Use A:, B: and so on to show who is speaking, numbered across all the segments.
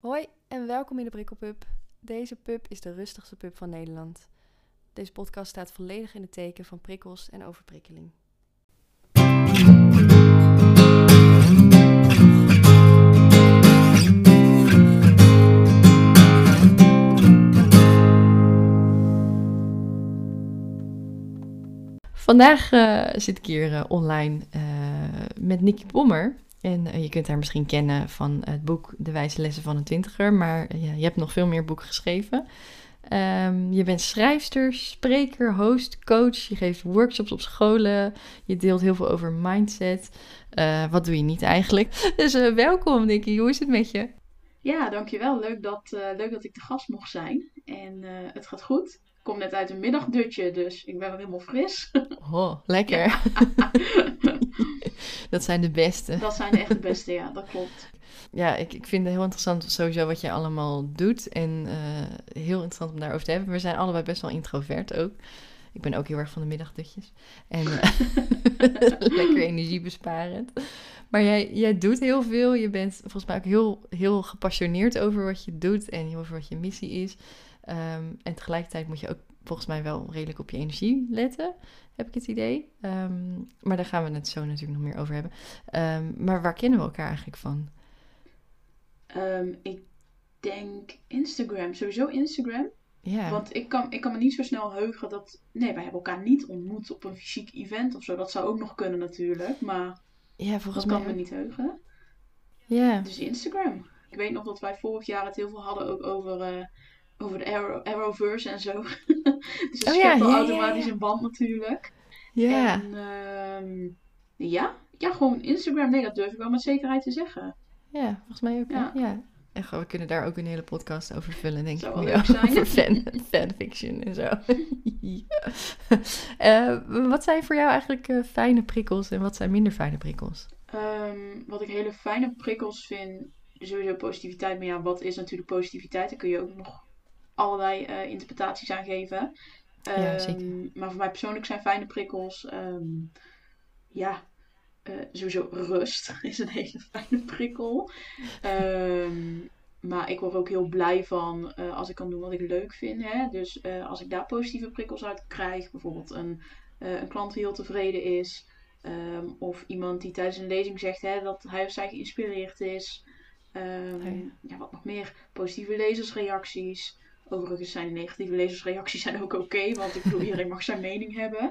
A: Hoi en welkom in de Prikkelpub. Deze pub is de rustigste pub van Nederland. Deze podcast staat volledig in het teken van prikkels en overprikkeling. Vandaag zit ik hier online met Nikki Pommer. En je kunt haar misschien kennen van het boek De Wijze Lessen van een Twintiger. Maar je hebt nog veel meer boeken geschreven. Je bent schrijfster, spreker, host, coach. Je geeft workshops op scholen. Je deelt heel veel over mindset. Wat doe je niet eigenlijk? Dus welkom Nikki, hoe is het met je?
B: Ja, dankjewel. Leuk dat ik de gast mocht zijn. En het gaat goed. Ik kom net uit een middagdutje, dus ik ben weer helemaal fris.
A: Oh, lekker.
B: Ja.
A: Dat zijn de beste.
B: Dat zijn echt de beste, ja, dat klopt.
A: Ja, ik vind het heel interessant sowieso wat je allemaal doet. En heel interessant om daarover te hebben. We zijn allebei best wel introvert ook. Ik ben ook heel erg van de middagdutjes. En lekker energiebesparend. Maar jij doet heel veel. Je bent volgens mij ook heel gepassioneerd over wat je doet. En over wat je missie is. En tegelijkertijd moet je ook volgens mij wel redelijk op je energie letten. Heb ik het idee. Maar daar gaan we het zo natuurlijk nog meer over hebben. Maar waar kennen we elkaar eigenlijk van?
B: Ik denk Instagram. Sowieso Instagram.
A: Ja.
B: Want ik kan me niet zo snel heugen dat... Nee, wij hebben elkaar niet ontmoet op een fysiek event of zo. Dat zou ook nog kunnen natuurlijk. Maar
A: Ja, volgens
B: dat
A: mij
B: kan me niet heugen.
A: Ja.
B: Dus Instagram. Ik weet nog dat wij vorig jaar het heel veel hadden ook over de Arrowverse en zo. Dus het schept al automatisch een band natuurlijk.
A: Ja.
B: En gewoon Instagram. Nee, dat durf ik wel met zekerheid te zeggen.
A: Ja, volgens mij ook.
B: Ja.
A: Ja. En we kunnen daar ook een hele podcast over vullen, denk
B: Zou
A: ik.
B: wel leuk zijn.
A: Over fanfiction en zo. Wat zijn voor jou eigenlijk fijne prikkels en wat zijn minder fijne prikkels?
B: Wat ik hele fijne prikkels vind, sowieso positiviteit. Maar ja, wat is natuurlijk positiviteit? Daar kun je ook nog allerlei interpretaties aan geven.
A: Ja, zeker.
B: Maar voor mij persoonlijk zijn fijne prikkels, sowieso rust is een hele fijne prikkel. Maar ik word ook heel blij van als ik kan doen wat ik leuk vind. Hè? Dus als ik daar positieve prikkels uit krijg, bijvoorbeeld een klant die heel tevreden is. Of iemand die tijdens een lezing zegt dat hij of zij geïnspireerd is. Wat nog meer? Positieve lezersreacties. Overigens zijn negatieve lezersreacties zijn ook oké, want ik bedoel, iedereen mag zijn mening hebben.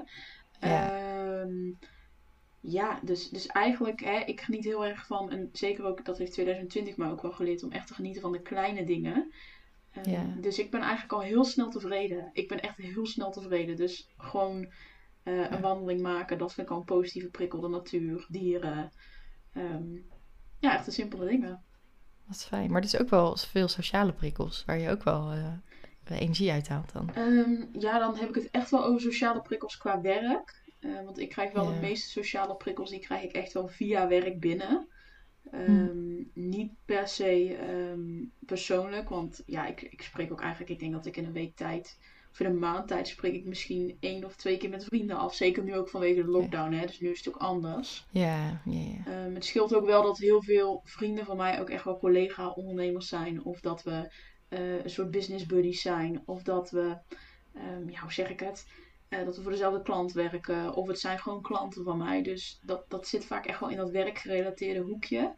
B: Dus eigenlijk, ik geniet heel erg van, en zeker ook, dat heeft 2020 me ook wel geleerd, om echt te genieten van de kleine dingen. Dus ik ben eigenlijk al heel snel tevreden. Ik ben echt heel snel tevreden. Dus gewoon een wandeling maken, dat vind ik al een positieve prikkel. De natuur, dieren. Echt de simpele dingen.
A: Dat is fijn. Maar er is ook wel veel sociale prikkels, waar je ook wel energie uithaalt dan.
B: Dan heb ik het echt wel over sociale prikkels qua werk. Want ik krijg wel de meeste sociale prikkels, die krijg ik echt wel via werk binnen. Niet per se persoonlijk, want ik spreek ook eigenlijk, ik denk dat ik in een week tijd, of in een maand tijd spreek ik misschien 1 of 2 keer met vrienden af. Zeker nu ook vanwege de lockdown, hè, dus nu is het ook anders.
A: Ja.
B: Het scheelt ook wel dat heel veel vrienden van mij ook echt wel collega-ondernemers zijn. Of dat we een soort business buddies zijn. Of dat we, hoe zeg ik het? Dat we voor dezelfde klant werken. Of het zijn gewoon klanten van mij. Dus dat zit vaak echt wel in dat werkgerelateerde hoekje.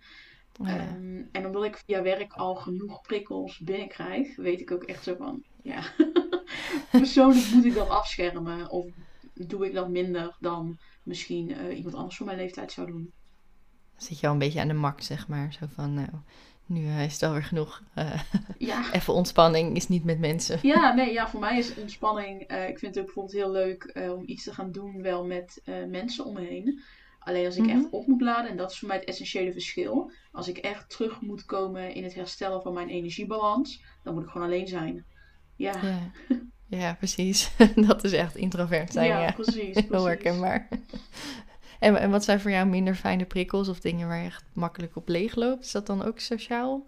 B: En omdat ik via werk al genoeg prikkels binnenkrijg, weet ik ook echt zo van, persoonlijk moet ik dat afschermen. Of doe ik dat minder dan misschien iemand anders van mijn leeftijd zou doen.
A: Dan zit je al een beetje aan de max, zeg maar. Zo van, nou, nu is het alweer genoeg. Even ontspanning is niet met mensen.
B: Voor mij is ontspanning... ik vind het ook bijvoorbeeld heel leuk om iets te gaan doen wel met mensen om me heen. Alleen als ik echt op moet laden, en dat is voor mij het essentiële verschil. Als ik echt terug moet komen in het herstellen van mijn energiebalans, dan moet ik gewoon alleen zijn.
A: Ja, precies. Dat is echt introvert zijn.
B: Ja, precies.
A: Heel herkenbaar. En wat zijn voor jou minder fijne prikkels of dingen waar je echt makkelijk op leeg loopt? Is dat dan ook sociaal?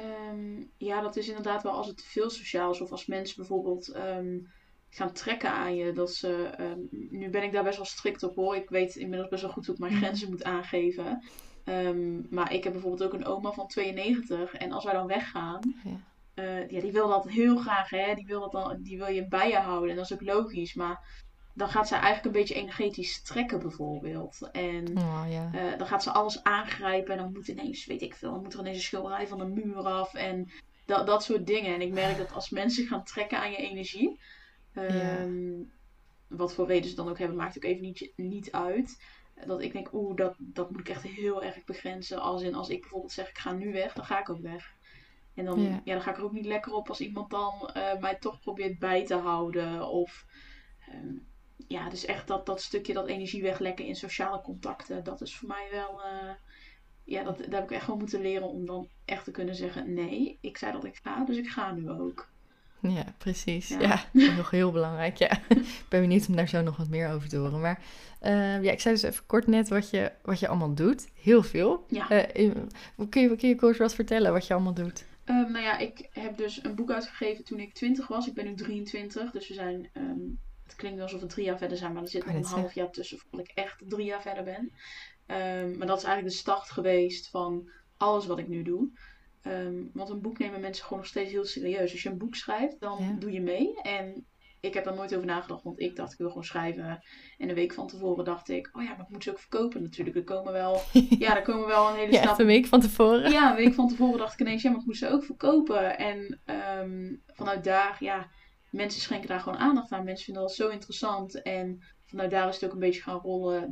B: Dat is inderdaad wel als het te veel sociaal is. Of als mensen bijvoorbeeld gaan trekken aan je. Dat ze, nu ben ik daar best wel strikt op hoor. Ik weet inmiddels best wel goed hoe ik mijn grenzen moet aangeven. Maar ik heb bijvoorbeeld ook een oma van 92. En als wij dan weggaan,
A: Ja.
B: die wil dat heel graag, hè. Die wil je bij je houden. En dat is ook logisch. Maar dan gaat zij eigenlijk een beetje energetisch trekken bijvoorbeeld. En
A: Oh, ja.
B: dan gaat ze alles aangrijpen. En dan moet ineens, weet ik veel, dan moet er ineens een schilderij van de muur af. En dat soort dingen. En ik merk dat als mensen gaan trekken aan je energie.
A: Ja.
B: ehm, Wat voor reden ze dan ook hebben, maakt ook even niet uit. Dat ik denk, dat moet ik echt heel erg begrenzen. Als ik bijvoorbeeld zeg, ik ga nu weg, dan ga ik ook weg. En dan,
A: Ja.
B: ja, dan ga ik er ook niet lekker op als iemand dan mij toch probeert bij te houden. Of ehm, ja, dus echt dat stukje, dat energie weglekken in sociale contacten. Dat is voor mij wel, ja, daar heb ik echt gewoon moeten leren om dan echt te kunnen zeggen, nee, ik zei dat ik ga, dus ik ga nu ook.
A: Ja, precies.
B: Ja,
A: Ja, nog heel belangrijk. Ja, ik ben benieuwd om daar zo nog wat meer over te horen. Maar ja, ik zei dus even kort net wat je allemaal doet. Heel veel.
B: ja.
A: Kun je kort wat vertellen wat je allemaal doet?
B: Nou ja, ik heb dus een boek uitgegeven toen ik 20 was. Ik ben nu 23, dus we zijn... het klinkt alsof we 3 jaar verder zijn, maar er zit
A: Kan
B: nog
A: je
B: een
A: het
B: half jaar tussen voordat ik echt 3 jaar verder ben. Maar dat is eigenlijk de start geweest van alles wat ik nu doe. Want een boek nemen mensen gewoon nog steeds heel serieus. Als je een boek schrijft, dan
A: Ja.
B: doe je mee. En ik heb daar nooit over nagedacht, want ik dacht ik wil gewoon schrijven. En een week van tevoren dacht ik, oh ja, maar ik moet ze ook verkopen natuurlijk. Er komen wel een hele
A: Ja, echt een
B: snel.
A: week van tevoren.
B: Ja, een week van tevoren dacht ik ineens, ja, maar ik moet ze ook verkopen. En vanuit daar, ja, mensen schenken daar gewoon aandacht aan. Mensen vinden dat zo interessant. En vanuit daar is het ook een beetje gaan rollen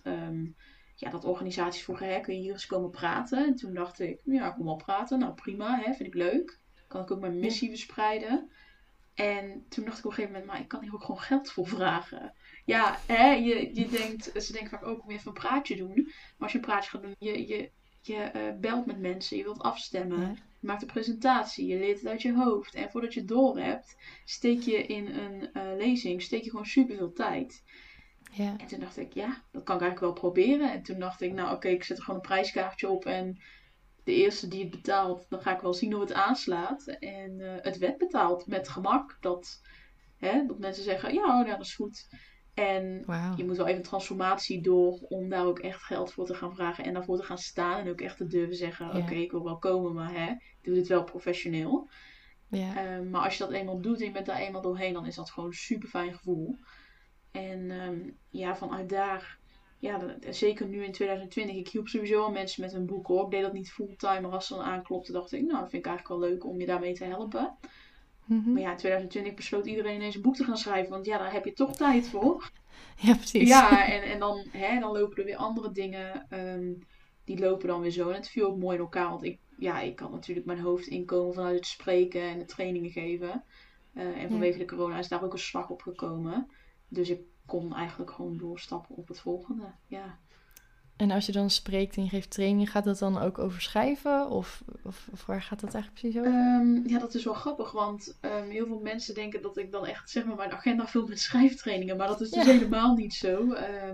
B: dat organisaties vroegen, hè, kun je hier eens komen praten? En toen dacht ik, ja, kom wel praten. Nou, prima, hè, vind ik leuk. Kan ik ook mijn
A: Ja.
B: missie verspreiden. En toen dacht ik op een gegeven moment, maar ik kan hier ook gewoon geld voor vragen. Ja, hè, ze denken vaak ook om even een praatje doen. Maar als je een praatje gaat doen, je belt met mensen, je wilt afstemmen.
A: Ja.
B: Je maakt een presentatie, je leert het uit je hoofd. En voordat je het door hebt, steek je in een lezing, steek je gewoon superveel tijd.
A: Ja.
B: En toen dacht ik, ja, dat kan ik eigenlijk wel proberen. En toen dacht ik, nou oké, ik zet er gewoon een prijskaartje op. En de eerste die het betaalt, dan ga ik wel zien of het aanslaat. En het werd betaald met gemak. Dat mensen zeggen, ja, oh, ja, dat is goed. En
A: Wauw.
B: je moet wel even een transformatie door om daar ook echt geld voor te gaan vragen. En daarvoor te gaan staan. En ook echt te durven zeggen, oké,
A: Ja.
B: ik wil wel komen, maar ik doe dit wel professioneel.
A: Ja.
B: Maar als je dat eenmaal doet en je bent daar eenmaal doorheen, dan is dat gewoon een super fijn gevoel. En ja, vanuit daar, ja, zeker nu in 2020, ik hielp sowieso al mensen met hun boek hoor. Ik deed dat niet fulltime, maar als ze dan aanklopte, dacht ik, nou, dat vind ik eigenlijk wel leuk om je daarmee te helpen.
A: Mhm.
B: Maar ja, in 2020 besloot iedereen ineens een boek te gaan schrijven, want ja, daar heb je toch tijd voor.
A: Ja, precies.
B: Ja, en dan lopen er weer andere dingen, die lopen dan weer zo. En het viel ook mooi in elkaar, want ik had natuurlijk mijn hoofdinkomen vanuit het spreken en het trainingen geven. En
A: Ja.
B: vanwege de corona is daar ook een slag op gekomen. Dus ik kon eigenlijk gewoon doorstappen op het volgende. Ja.
A: En als je dan spreekt en je geeft training, gaat dat dan ook over schrijven? Of waar gaat dat eigenlijk precies over?
B: Ja, dat is wel grappig, want heel veel mensen denken dat ik dan echt zeg maar mijn agenda vul met schrijftrainingen. Maar dat is dus
A: Ja.
B: helemaal niet zo.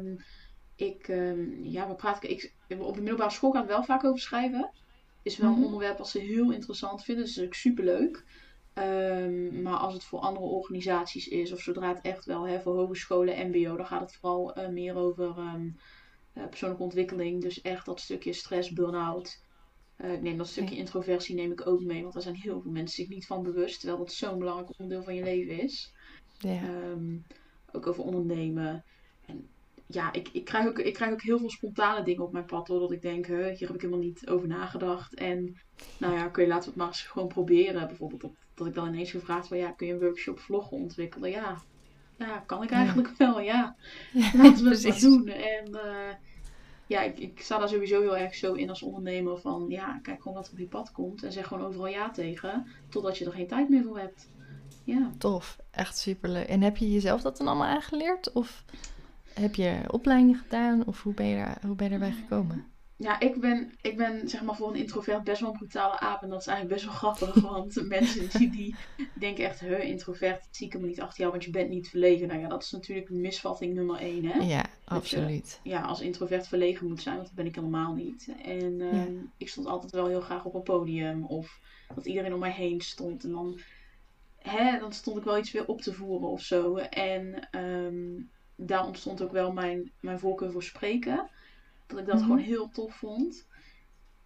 B: Op de middelbare school gaat het wel vaak over schrijven. Is wel een
A: Mhm.
B: onderwerp wat ze heel interessant vinden. Dus dat is ook superleuk. Maar als het voor andere organisaties is, of zodra het echt wel voor hogescholen, mbo, dan gaat het vooral meer over persoonlijke ontwikkeling. Dus echt dat stukje stress, burn-out. Ik neem dat stukje
A: Oké.
B: introversie neem ik ook mee, want daar zijn heel veel mensen zich niet van bewust, terwijl dat zo'n belangrijk onderdeel van je leven is.
A: Ja.
B: Ehm, Ook over ondernemen. En ja, ik krijg ook heel veel spontane dingen op mijn pad, hoor, dat ik denk, hier heb ik helemaal niet over nagedacht. En nou ja, laten we het maar eens gewoon proberen. Bijvoorbeeld dat ik dan ineens gevraagd word, ja, kun je een workshop vloggen ontwikkelen? Ja, kan ik
A: Ja.
B: eigenlijk wel, ja.
A: Ja,
B: Laten we het maar
A: precies.
B: doen. En ja, ik sta daar sowieso heel erg zo in als ondernemer van, ja, kijk gewoon wat er op je pad komt en zeg gewoon overal ja tegen, totdat je er geen tijd meer voor hebt. Ja.
A: Tof. Echt superleuk. En heb je jezelf dat dan allemaal aangeleerd? Of heb je opleiding gedaan? Of hoe ben je erbij gekomen?
B: Ja, ik ben zeg maar voor een introvert best wel een brutale aap. En dat is eigenlijk best wel grappig. Want mensen die denken echt, introvert, zie ik hem niet achter jou, want je bent niet verlegen. Nou ja, dat is natuurlijk misvatting nummer 1, hè.
A: Ja,
B: Dat je
A: absoluut.
B: als introvert verlegen moet zijn, want dat ben ik helemaal niet. En
A: Ja.
B: ik stond altijd wel heel graag op een podium. Of dat iedereen om mij heen stond. En dan stond ik wel iets weer op te voeren of zo. En daar ontstond ook wel mijn voorkeur voor spreken. Dat ik dat
A: Mhm.
B: gewoon heel tof vond.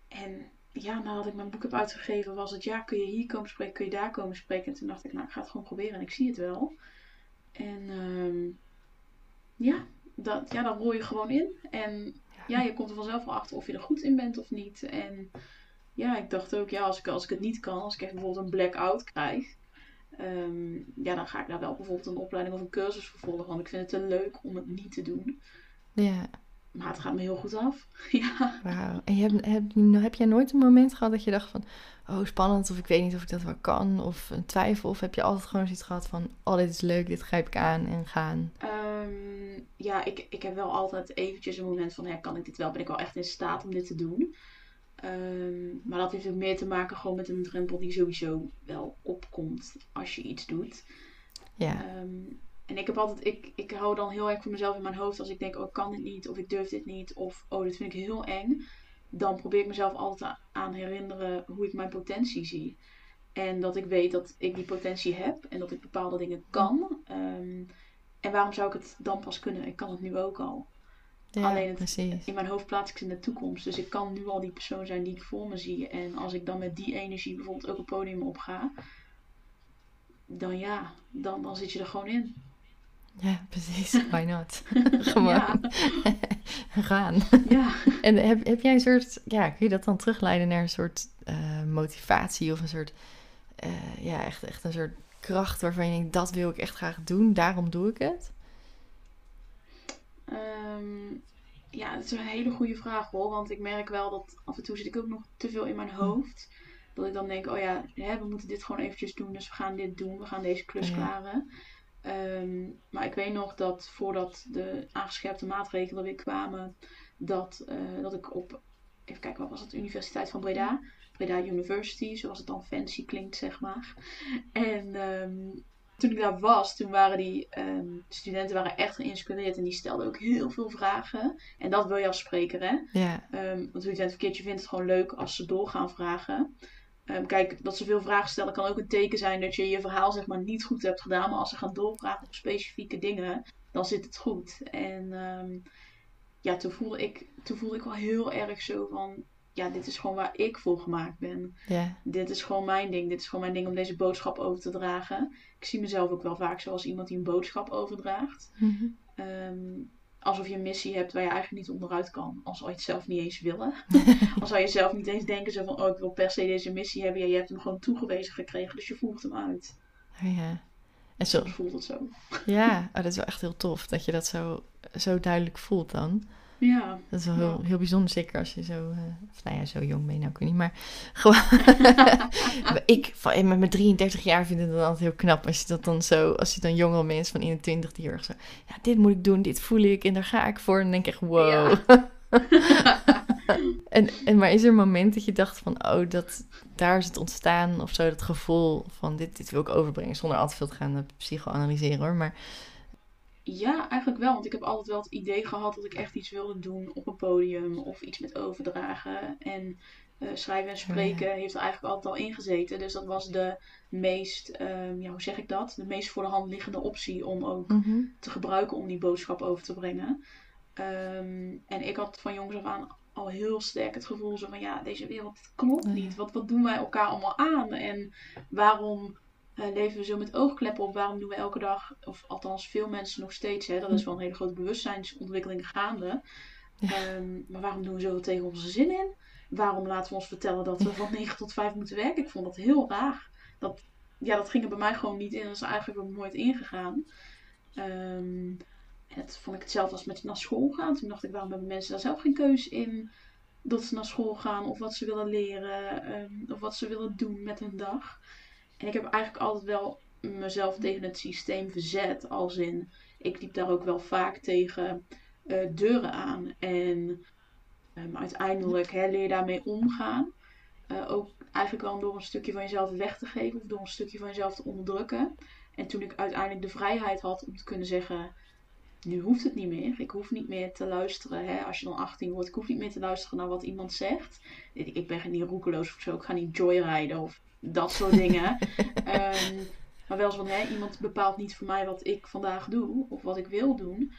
B: En ja, nadat ik mijn boek heb uitgegeven, was het ja, kun je hier komen spreken, kun je daar komen spreken. En toen dacht ik, nou, ik ga het gewoon proberen en ik zie het wel. En ja, dan rol je gewoon in. En ja, je komt er vanzelf wel achter of je er goed in bent of niet. En ja, ik dacht ook, ja, als ik het niet kan, als ik echt bijvoorbeeld een blackout krijg, ja, dan ga ik daar wel bijvoorbeeld een opleiding of een cursus voor volgen. Want ik vind het te leuk om het niet te doen.
A: Ja,
B: Maar het gaat me heel goed af. Ja.
A: wauw. En heb jij nooit een moment gehad dat je dacht van... Oh, spannend, of ik weet niet of ik dat wel kan, of een twijfel? Of heb je altijd gewoon zoiets gehad van... Oh, dit is leuk, dit grijp ik aan en gaan?
B: Ja, ik heb wel altijd eventjes een moment van, ja, kan ik dit wel? Ben ik wel echt in staat om dit te doen? Maar dat heeft ook meer te maken gewoon met een drempel die sowieso wel opkomt als je iets doet.
A: Ja,
B: En ik heb altijd, ik hou dan heel erg voor mezelf in mijn hoofd als ik denk, oh, ik kan dit niet, of ik durf dit niet, of oh, dit vind ik heel eng. Dan probeer ik mezelf altijd aan herinneren hoe ik mijn potentie zie. En dat ik weet dat ik die potentie heb en dat ik bepaalde dingen kan. En waarom zou ik het dan pas kunnen? Ik kan het nu ook al.
A: ja,
B: Alleen
A: precies.
B: in mijn hoofd plaats ik ze in de toekomst. Dus ik kan nu al die persoon zijn die ik voor me zie. En als ik dan met die energie bijvoorbeeld ook een podium op ga, dan ja, dan zit je er gewoon in.
A: Ja, precies. Why not? Gewoon
B: Ja,
A: gaan.
B: ja.
A: En heb jij een soort... Ja, kun je dat dan terugleiden naar een soort motivatie of een soort... ja, echt een soort kracht waarvan je denkt... Dat wil ik echt graag doen, daarom doe ik het?
B: Ehm, ja, dat is een hele goede vraag hoor. Want ik merk wel dat af en toe zit ik ook nog te veel in mijn
A: Hm.
B: hoofd. Dat ik dan denk, oh ja, hè, we moeten dit gewoon eventjes doen. Dus we gaan dit doen. We gaan deze
A: Oh
B: klus
A: ja.
B: klaren. Maar ik weet nog dat voordat de aangescherpte maatregelen weer kwamen, dat ik op, even kijken, wat was het? Universiteit van Breda. Breda University, zoals het dan fancy klinkt, zeg maar. En toen ik daar was, toen waren die studenten waren echt geïnspireerd en die stelden ook heel veel vragen. En dat wil je als spreker, hè?
A: Ja.
B: Want hoe je het verkeerd, je vindt het gewoon leuk als ze doorgaan vragen. Kijk, dat ze veel vragen stellen kan ook een teken zijn dat je je verhaal zeg maar niet goed hebt gedaan. Maar als ze gaan doorvragen op specifieke dingen, dan zit het goed. En ja, toen voelde ik wel heel erg zo van, ja, dit is gewoon waar ik voor gemaakt ben.
A: Ja.
B: Dit is gewoon mijn ding. Dit is gewoon mijn ding om deze boodschap over te dragen. Ik zie mezelf ook wel vaak zoals iemand die een boodschap overdraagt.
A: Mhm.
B: Ehm, alsof je een missie hebt waar je eigenlijk niet onderuit kan. Al zou je het zelf niet eens willen. Al zou je zelf niet eens denken zo van, oh, ik wil per se deze missie hebben. Ja, je hebt hem gewoon toegewezen gekregen, dus je voert hem uit.
A: Oh ja. En zo,
B: Soms voelt het zo.
A: ja, dat is wel echt heel tof dat je dat zo duidelijk voelt dan.
B: Ja,
A: Dat is wel
B: ja.
A: heel bijzonder, zeker als je zo, of nou ja, zo jong ben je nou ook weer niet, maar gewoon, met mijn 33 jaar vind ik het dan altijd heel knap als je dat dan zo, als je dan jongere mensen van in de 20 die heel erg zo, ja, dit moet ik doen, dit voel ik en daar ga ik voor. En dan denk ik echt, wow.
B: Ja.
A: Maar is er een moment dat je dacht van, oh, daar is het ontstaan of zo, dat gevoel van dit wil ik overbrengen, zonder al te veel te gaan psychoanalyseren hoor, maar
B: Ja, eigenlijk wel. Want ik heb altijd wel het idee gehad dat ik echt iets wilde doen op een podium of iets met overdragen. En schrijven en
A: oh ja.
B: spreken heeft er eigenlijk altijd al in gezeten. Dus dat was de meest, ja, hoe zeg ik dat? De meest voor de hand liggende optie om ook
A: Mhm.
B: te gebruiken om die boodschap over te brengen. En ik had van jongs af aan al heel sterk het gevoel zo van ja, deze wereld klopt
A: Oh ja.
B: niet. Wat doen wij elkaar allemaal aan? En waarom leven we zo met oogkleppen op? Waarom doen we elke dag, of althans veel mensen nog steeds, hè, dat is wel een hele grote bewustzijnsontwikkeling gaande.
A: Ja.
B: Maar waarom doen we zoveel tegen onze zin in? Waarom laten we ons vertellen dat we van 9 tot 5 moeten werken? Ik vond dat heel raar. Dat ging er bij mij gewoon niet in. Dat is er eigenlijk ook nooit ingegaan. Ehm en dat vond ik hetzelfde als met naar school gaan. Toen dacht ik, waarom hebben mensen daar zelf geen keus in? Dat ze naar school gaan of wat ze willen leren. Of wat ze willen doen met hun dag. En ik heb eigenlijk altijd wel mezelf tegen het systeem verzet. Als in, ik liep daar ook wel vaak tegen deuren aan. En uiteindelijk leer je daarmee omgaan. Ook eigenlijk wel door een stukje van jezelf weg te geven. Of door een stukje van jezelf te onderdrukken. En toen ik uiteindelijk de vrijheid had om te kunnen zeggen, nu hoeft het niet meer. Ik hoef niet meer te luisteren. Hè? Als je dan 18 wordt, ik hoef niet meer te luisteren naar wat iemand zegt. Ik ben niet roekeloos of zo. Ik ga niet joyrijden of dat soort dingen. Maar wel zo van, iemand bepaalt niet voor mij wat ik vandaag doe of wat ik wil doen.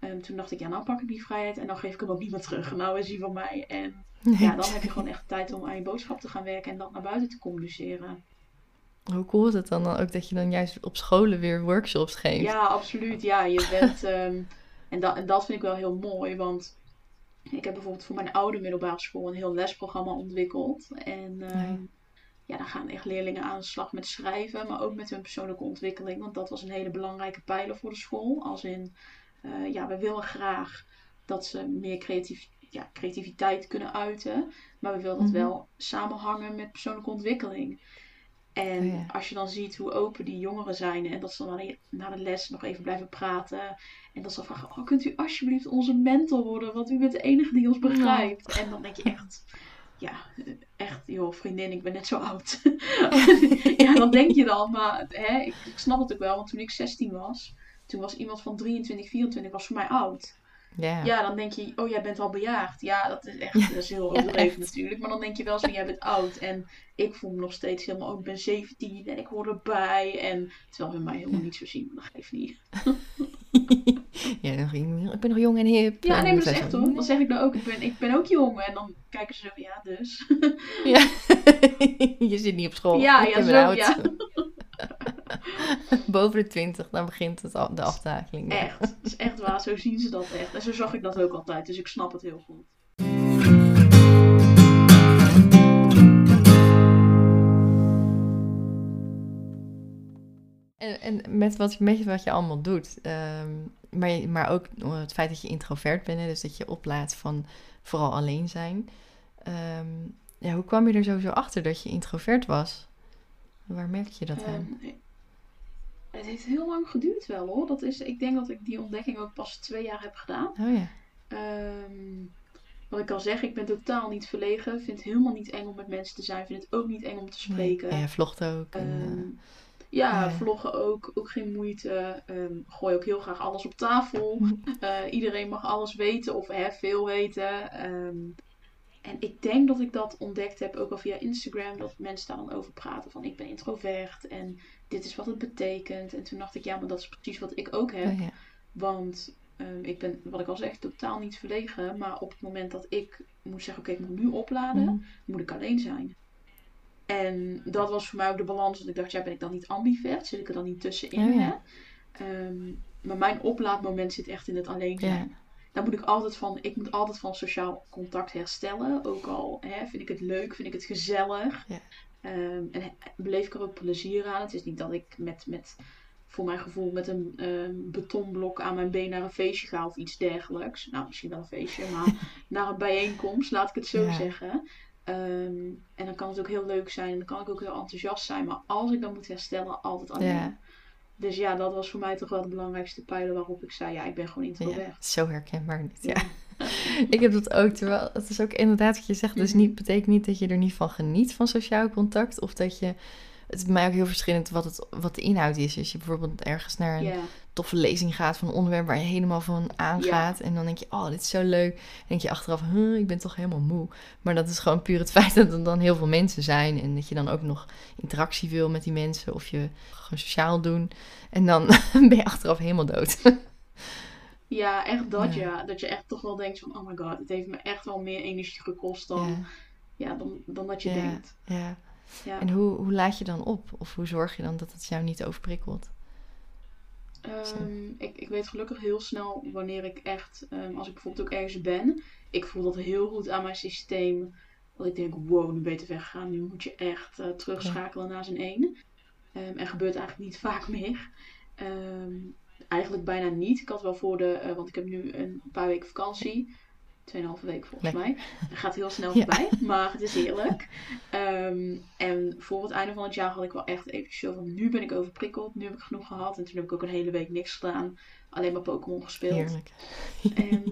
B: Toen dacht ik, ja, nou pak ik die vrijheid en dan geef ik hem ook niet meer terug. Nou is hij van mij. En
A: Nee.
B: ja, dan heb je gewoon echt tijd om aan je boodschap te gaan werken en dat naar buiten te communiceren.
A: Hoe cool is het dan ook dat je dan juist op scholen weer workshops geeft?
B: Ja, absoluut. Ja, je bent. En dat vind ik wel heel mooi, want ik heb bijvoorbeeld voor mijn oude middelbare school een heel lesprogramma ontwikkeld. En
A: Oh ja.
B: ja, dan gaan echt leerlingen aan de slag met schrijven, maar ook met hun persoonlijke ontwikkeling. Want dat was een hele belangrijke pijler voor de school. Als in, ja, we willen graag dat ze meer creativiteit kunnen uiten. Maar we willen dat
A: Mhm.
B: wel samenhangen met persoonlijke ontwikkeling.
A: Oh
B: En
A: ja.
B: als je dan ziet hoe open die jongeren zijn en dat ze dan na de les nog even blijven praten. En dat ze dan vragen, oh, kunt u alsjeblieft onze mentor worden, want u bent de enige die ons
A: Nou.
B: begrijpt. En dan denk je echt, ja, echt, joh, vriendin, ik ben net zo oud. Ja, dat denk je dan, maar hè, ik snap het ook wel, want toen ik 16 was, toen was iemand van 23, 24 was voor mij oud.
A: Ja.
B: Ja, dan denk je, oh, jij bent al bejaard. Ja, dat is heel
A: Ja,
B: overdreven
A: echt.
B: natuurlijk. Maar dan denk je wel zo, jij bent oud. En ik voel me nog steeds helemaal, oh, ik ben 17 en ik hoor erbij. En terwijl we mij helemaal niet zo zien, maar dat geeft niet.
A: Ja, ik ben nog jong en hip.
B: Ja, nee,
A: En
B: maar dat
A: zij
B: is
A: zo,
B: echt hoor. Dan
A: nee.
B: zeg ik nou ook, ik ben ook jong. En dan kijken ze zo, ja, dus.
A: Ja. Je zit niet op school.
B: Ja,
A: Ik
B: ja,
A: ben
B: zo,
A: oud.
B: ja.
A: Boven de 20, dan begint de aftakeling. Ja.
B: Echt. Dat is echt waar, zo zien ze dat echt. En zo zag ik dat ook altijd, dus ik snap het heel goed.
A: En met wat je allemaal doet. Maar ook het feit dat je introvert bent. Hè, dus dat je oplaat van vooral alleen zijn. Ehm, ja, hoe kwam je er sowieso achter dat je introvert was? Waar merk je dat aan?
B: Het heeft heel lang geduurd wel hoor. Ik denk dat ik die ontdekking ook pas 2 jaar heb gedaan.
A: Oh ja.
B: Ehm, Wat ik al zeg, ik ben totaal niet verlegen. Vind het helemaal niet eng om met mensen te zijn. Vind het ook niet eng om te
A: Nee. Ja,
B: spreken.
A: je vlogt ook.
B: Ehm,
A: En,
B: ja,
A: ja.
B: vloggen ook. Ook geen moeite. Gooi ook heel graag alles op tafel. Iedereen mag alles weten of veel weten. En ik denk dat ik dat ontdekt heb ook al via Instagram. Dat mensen daar dan over praten van ik ben introvert. En dit is wat het betekent. En toen dacht ik ja, maar dat is precies wat ik ook heb.
A: Oh ja.
B: Want ik ben, wat ik al zeg, totaal niet verlegen. Maar op het moment dat ik moet zeggen, oké, ik moet nu opladen,
A: Mhm.
B: moet ik alleen zijn. En dat was voor mij ook de balans. Want ik dacht, ja, ben ik dan niet ambivert? Zit ik er dan niet tussenin?
A: Oh
B: Hè?
A: ja.
B: Maar mijn oplaadmoment zit echt in het alleen
A: Ja.
B: zijn. Daar ik moet altijd van sociaal contact herstellen. Ook al vind ik het leuk, vind ik het gezellig.
A: Ja.
B: En beleef ik er ook plezier aan. Het is niet dat ik voor mijn gevoel met een betonblok aan mijn been naar een feestje ga of iets dergelijks. Nou, misschien wel een feestje, maar naar een bijeenkomst, laat ik het zo
A: Ja.
B: zeggen. En dan kan het ook heel leuk zijn en dan kan ik ook heel enthousiast zijn. Maar als ik dan moet herstellen, altijd alleen.
A: Ja.
B: Dus ja, dat was voor mij toch wel de belangrijkste pijler waarop ik zei, ja, ik ben gewoon
A: Ja.
B: introvert.
A: Zo herkenbaar dit. Ja.
B: Ja.
A: Ik heb dat ook. Terwijl het is ook inderdaad wat je zegt. Dus
B: Mhm.
A: betekent niet dat je er niet van geniet van sociaal contact. Of dat je. Het is bij mij ook heel verschillend wat de inhoud is. Als je bijvoorbeeld ergens naar een
B: Ja,
A: toffe lezing gaat van een onderwerp waar je helemaal van aangaat.
B: ja,
A: En dan denk je, oh, dit is zo leuk. En denk je achteraf, ik ben toch helemaal moe. Maar dat is gewoon puur het feit dat er dan heel veel mensen zijn. En dat je dan ook nog interactie wil met die mensen. Of je gewoon sociaal doen. En dan ben je achteraf helemaal dood.
B: ja, echt dat
A: Ja,
B: ja. Dat je echt toch wel denkt van, oh my god, het heeft me echt wel meer energie gekost dan,
A: ja,
B: ja, dan dat je
A: ja,
B: denkt.
A: ja. En
B: Ja.
A: hoe laat je dan op? Of hoe zorg je dan dat het jou niet overprikkelt? Zo.
B: Ik weet gelukkig heel snel wanneer ik echt, als ik bijvoorbeeld ook ergens ben, ik voel dat heel goed aan mijn systeem. Dat ik denk, wow, nu ben je te ver gegaan. Nu moet je echt
A: Ja,
B: terugschakelen naar zijn één. En gebeurt eigenlijk niet vaak meer. Ehm, Eigenlijk bijna niet. Ik had wel want ik heb nu een paar weken vakantie. 2,5 weken volgens
A: lekker.
B: mij. Het gaat heel snel
A: Ja,
B: voorbij, maar het is heerlijk. En voor het einde van het jaar had ik wel echt eventjes zo van, nu ben ik overprikkeld, nu heb ik genoeg gehad. En toen heb ik ook een hele week niks gedaan, alleen maar Pokémon gespeeld.
A: heerlijk.
B: En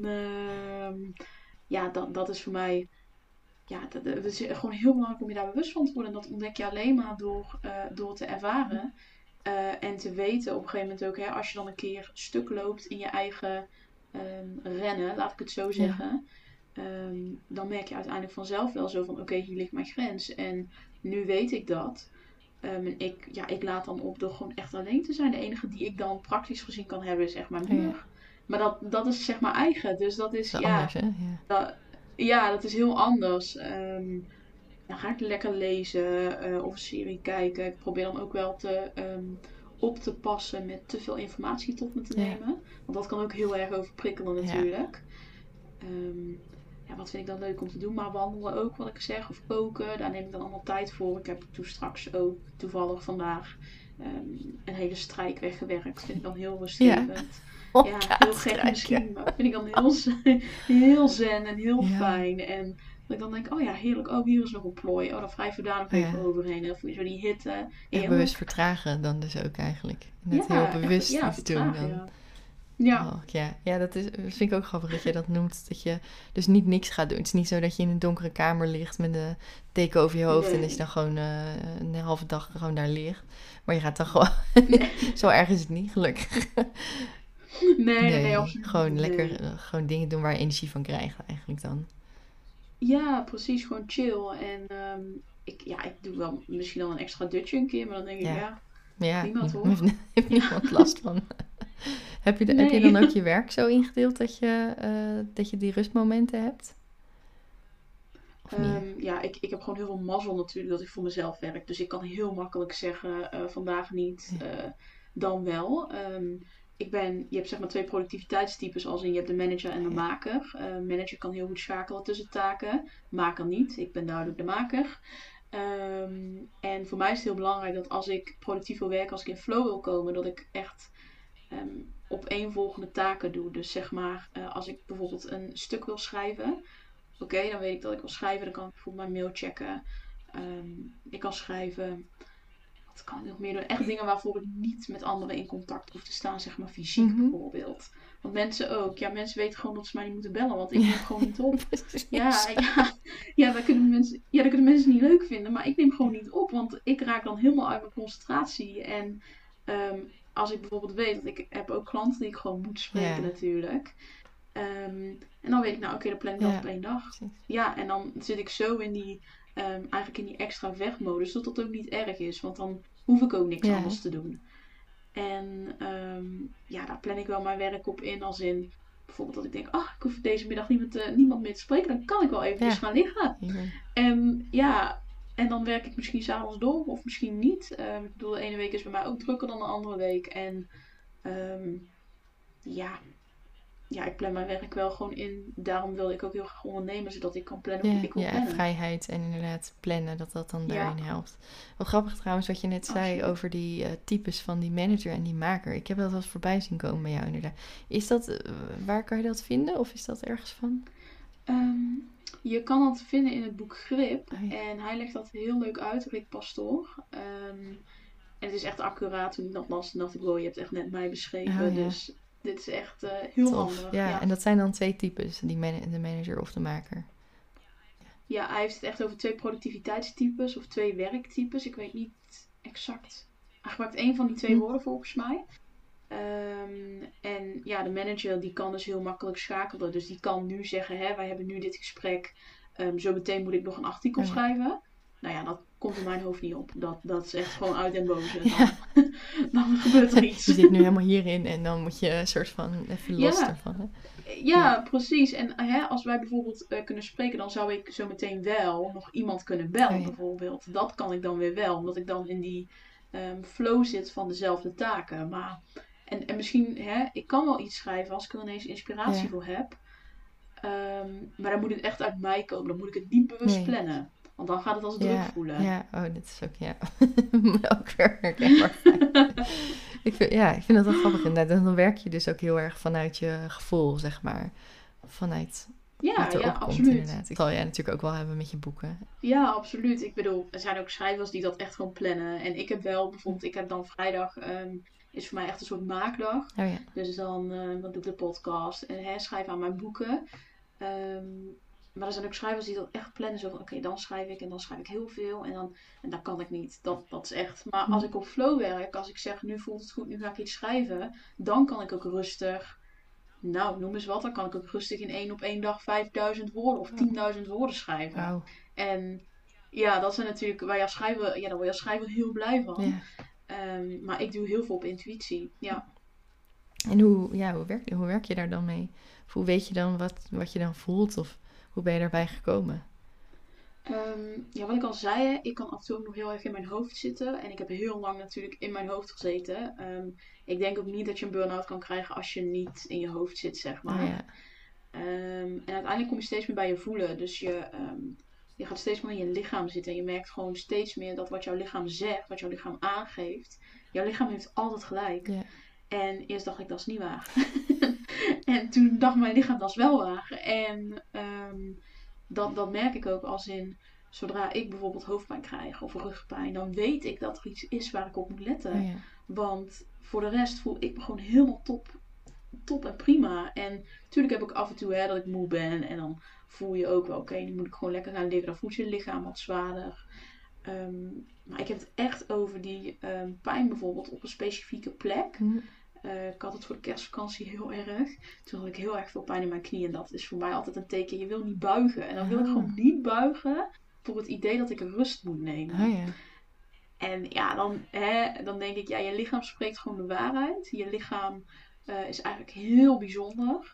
B: ja, dat is voor mij, ja, dat is gewoon heel belangrijk om je daar bewust van te worden. En dat ontdek je alleen maar door te ervaren. En te weten op een gegeven moment ook, hè, als je dan een keer stuk loopt in je eigen rennen, laat ik het zo
A: Ja,
B: zeggen. Dan merk je uiteindelijk vanzelf wel zo van, oké, hier ligt mijn grens. En nu weet ik dat. En ik laat dan op door gewoon echt alleen te zijn. De enige die ik dan praktisch gezien kan hebben is echt mijn
A: oh ja,
B: moeder. Maar dat is zeg maar eigen. Dus dat is,
A: Dat is anders, hè? Ja.
B: dat, ja, dat is heel anders. Dan ga ik lekker lezen of een serie kijken. Ik probeer dan ook wel op te passen met te veel informatie tot me te
A: Ja.
B: nemen. Want dat kan ook heel erg overprikkelen
A: Ja.
B: natuurlijk. Ja, wat vind ik dan leuk om te doen? Maar wandelen ook, wat ik zeg. Of koken, daar neem ik dan allemaal tijd voor. Ik heb toen straks ook toevallig vandaag een hele strijk weggewerkt. Vind ik dan heel rustgevend. Ja, heel gek misschien, maar vind ik dan heel zen en heel fijn. En dat ik dan denk, oh ja, heerlijk. Oh, hier is nog een plooi. Oh, dan wrijven we daar nog even overheen. En dan voel je zo die hitte.
A: Echt
B: Heerlijk.
A: bewust vertragen dan dus ook eigenlijk. Net heel bewust
B: echt,
A: iets doen dan.
B: Ja. Ja.
A: Oh, ja, dat vind ik ook grappig dat je dat noemt. Dat je dus niet niks gaat doen. Het is niet zo dat je in een donkere kamer ligt met een deken over je hoofd. En dat je dan gewoon een halve dag gewoon daar ligt. Maar je gaat dan gewoon... Zo erg is het niet, gelukkig.
B: Nee, absoluut.
A: Gewoon lekker gewoon dingen doen waar je energie van krijgt eigenlijk dan.
B: Ja, precies. Gewoon chill. En ik doe wel misschien al een extra dutje een keer. Maar dan denk ik, prima toch?
A: Heeft niemand last van. Heb je dan ook je werk zo ingedeeld dat je die rustmomenten hebt?
B: Ik heb gewoon heel veel mazzel natuurlijk dat ik voor mezelf werk. Dus ik kan heel makkelijk zeggen, vandaag niet, dan wel. Je hebt zeg maar 2 productiviteitstypes, als in je hebt de manager en de maker. Manager kan heel goed schakelen tussen taken, maker niet. Ik ben duidelijk de maker. En voor mij is het heel belangrijk dat als ik productief wil werken, als ik in flow wil komen, dat ik echt opeenvolgende taken doe. Dus zeg maar, als ik bijvoorbeeld een stuk wil schrijven, oké, dan weet ik dat ik wil schrijven. Dan kan ik bijvoorbeeld mijn mail checken. Ik kan schrijven. Wat kan ik nog meer doen? Echt dingen waarvoor ik niet met anderen in contact hoef te staan. Zeg maar fysiek bijvoorbeeld. Want mensen ook. Ja, mensen weten gewoon dat ze mij niet moeten bellen. Want ik neem gewoon niet op. Dat kunnen mensen niet leuk vinden. Maar ik neem gewoon niet op. Want ik raak dan helemaal uit mijn concentratie. En als ik bijvoorbeeld weet dat ik heb ook klanten die ik gewoon moet spreken natuurlijk. En dan weet ik, nou oké, dan plan ik dat op 1 dag. Precies. Ja, en dan zit ik zo in die, eigenlijk in die extra wegmodus, dat dat ook niet erg is. Want dan hoef ik ook niks anders te doen. En daar plan ik wel mijn werk op in, als in bijvoorbeeld dat ik denk, ik hoef deze middag niemand meer te spreken, dan kan ik wel eventjes gaan liggen. En dan werk ik misschien 's avonds door, of misschien niet. Ik bedoel, de ene week is bij mij ook drukker dan de andere week. En ik plan mijn werk wel gewoon in. Daarom wilde ik ook heel graag ondernemen, zodat ik kan plannen hoe ik wil plannen.
A: Vrijheid en inderdaad plannen, dat dan daarin helpt. Wat grappig trouwens wat je net zei over die types van die manager en die maker. Ik heb dat wel eens voorbij zien komen bij jou inderdaad. Is dat, waar kan je dat vinden of is dat ergens van?
B: Je kan dat vinden in het boek Grip. En hij legt dat heel leuk uit, Rick Pastoor. En het is echt accuraat. Toen ik dat las, dacht ik, wow, je hebt echt net mij beschreven. Dus dit is echt heel handig.
A: Ja, en dat zijn dan 2 types, de manager of de maker.
B: Ja, hij heeft het echt over 2 productiviteitstypes of 2 werktypes. Ik weet niet exact. Hij gebruikt 1 van die 2 woorden volgens mij. En de manager die kan dus heel makkelijk schakelen. Dus die kan nu zeggen, wij hebben nu dit gesprek. Zo meteen moet ik nog een artikel schrijven. Nou ja, dat komt in mijn hoofd niet op. Dat is echt gewoon uit den boze. Dan gebeurt er iets.
A: Je zit nu helemaal hierin en dan moet je een soort van even los ervan. Hè?
B: Ja, precies. En als wij bijvoorbeeld kunnen spreken, dan zou ik zo meteen wel nog iemand kunnen bellen bijvoorbeeld. Dat kan ik dan weer wel, omdat ik dan in die flow zit van dezelfde taken. Maar, en misschien, ik kan wel iets schrijven als ik er ineens inspiratie voor heb. Maar dan moet het echt uit mij komen. Dan moet ik het niet bewust plannen. Want dan gaat het als druk voelen.
A: Ja, dit is ook, ook weer herkenbaar. ik vind dat wel grappig inderdaad. En dan werk je dus ook heel erg vanuit je gevoel, zeg maar. Vanuit wat er opkomt,
B: absoluut.
A: Inderdaad. Ik zal jij natuurlijk ook wel hebben met je boeken.
B: Ja, absoluut. Ik bedoel, er zijn ook schrijvers die dat echt gewoon plannen. En ik heb wel, bijvoorbeeld, ik heb dan vrijdag, is voor mij echt een soort maakdag. Dus dan doe ik de podcast en schrijf aan mijn boeken. Maar er zijn ook schrijvers die dat echt plannen. Zo van, oké, dan schrijf ik en dan schrijf ik heel veel. En dat kan ik niet. Dat is echt. Maar als ik op flow werk, als ik zeg, nu voelt het goed, nu ga ik iets schrijven. Dan kan ik ook rustig, noem eens wat. Dan kan ik ook rustig in 1 op 1 dag 5000 woorden of 10.000 woorden schrijven.
A: Wow.
B: En dat zijn natuurlijk, waar je als schrijver, daar word je als schrijver heel blij van. Maar ik doe heel veel op intuïtie. Ja.
A: En hoe werk je daar dan mee? Of hoe weet je dan wat je dan voelt? Of hoe ben je daarbij gekomen?
B: Ja, wat ik al zei, hè, ik kan af en toe ook nog heel erg in mijn hoofd zitten. En ik heb heel lang natuurlijk in mijn hoofd gezeten. Ik denk ook niet dat je een burn-out kan krijgen als je niet in je hoofd zit, zeg
A: Oh
B: maar.
A: ja,
B: En uiteindelijk kom je steeds meer bij je voelen. Dus je gaat steeds meer in je lichaam zitten. En je merkt gewoon steeds meer dat wat jouw lichaam zegt, wat jouw lichaam aangeeft. Jouw lichaam heeft altijd gelijk.
A: ja,
B: En eerst dacht ik, dat is niet waar. En toen dacht mijn lichaam, dat is wel waar. En dat merk ik ook als in, zodra ik bijvoorbeeld hoofdpijn krijg of rugpijn, dan weet ik dat er iets is waar ik op moet
A: oh
B: letten.
A: ja,
B: Want voor de rest voel ik me gewoon helemaal top en prima. En natuurlijk heb ik af en toe dat ik moe ben. En dan voel je ook wel, oké, nu moet ik gewoon lekker gaan liggen. Dan voelt je lichaam wat zwaarder. Maar ik heb het echt over die pijn bijvoorbeeld op een specifieke plek.
A: hm,
B: Ik had het voor de kerstvakantie heel erg. Toen had ik heel erg veel pijn in mijn knie. En dat is voor mij altijd een teken. Je wil niet buigen. En dan wil ik
A: oh,
B: gewoon niet buigen voor het idee dat ik rust moet
A: oh
B: nemen.
A: ja,
B: En ja, dan denk ik, ja, je lichaam spreekt gewoon de waarheid. Je lichaam is eigenlijk heel bijzonder.